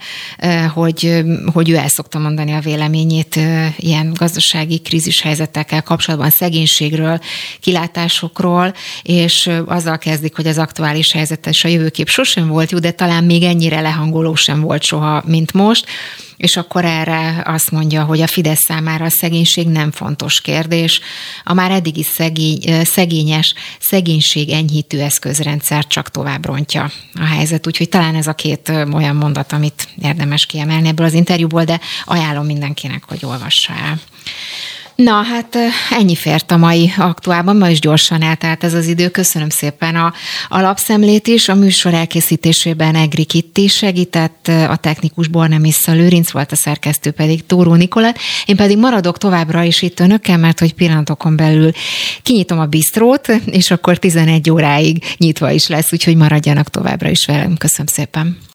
hogy, hogy ő el szokta mondani a véleményét ilyen gazdasági krízis helyzetekkel kapcsolatban, szegénységről, kilátásokról, és azzal kezdik, hogy az aktuális helyzet és a jövőkép sosem volt jó, de talán még ennyire lehangoló sem volt soha, mint most. és akkor erre azt mondja, hogy a Fidesz számára a szegénység nem fontos kérdés. A már eddigi szegény, szegényes, szegénység enyhítő eszközrendszer csak tovább rontja a helyzet. Úgyhogy talán ez a két olyan mondat, amit érdemes kiemelni ebből az interjúból, de ajánlom mindenkinek, hogy olvassa el. Na, hát ennyi fért a mai aktuálban, ma is gyorsan eltelt ez az idő. Köszönöm szépen a, a lapszemlét is. A műsor elkészítésében Egri Kitti segített, a technikus Bornemissza Lőrinc volt, a szerkesztő pedig Tóró Nikolett. Én pedig maradok továbbra is itt önökkel, mert hogy pillanatokon belül kinyitom a bistrót, és akkor tizenegy óráig nyitva is lesz, úgyhogy maradjanak továbbra is velem. Köszönöm szépen.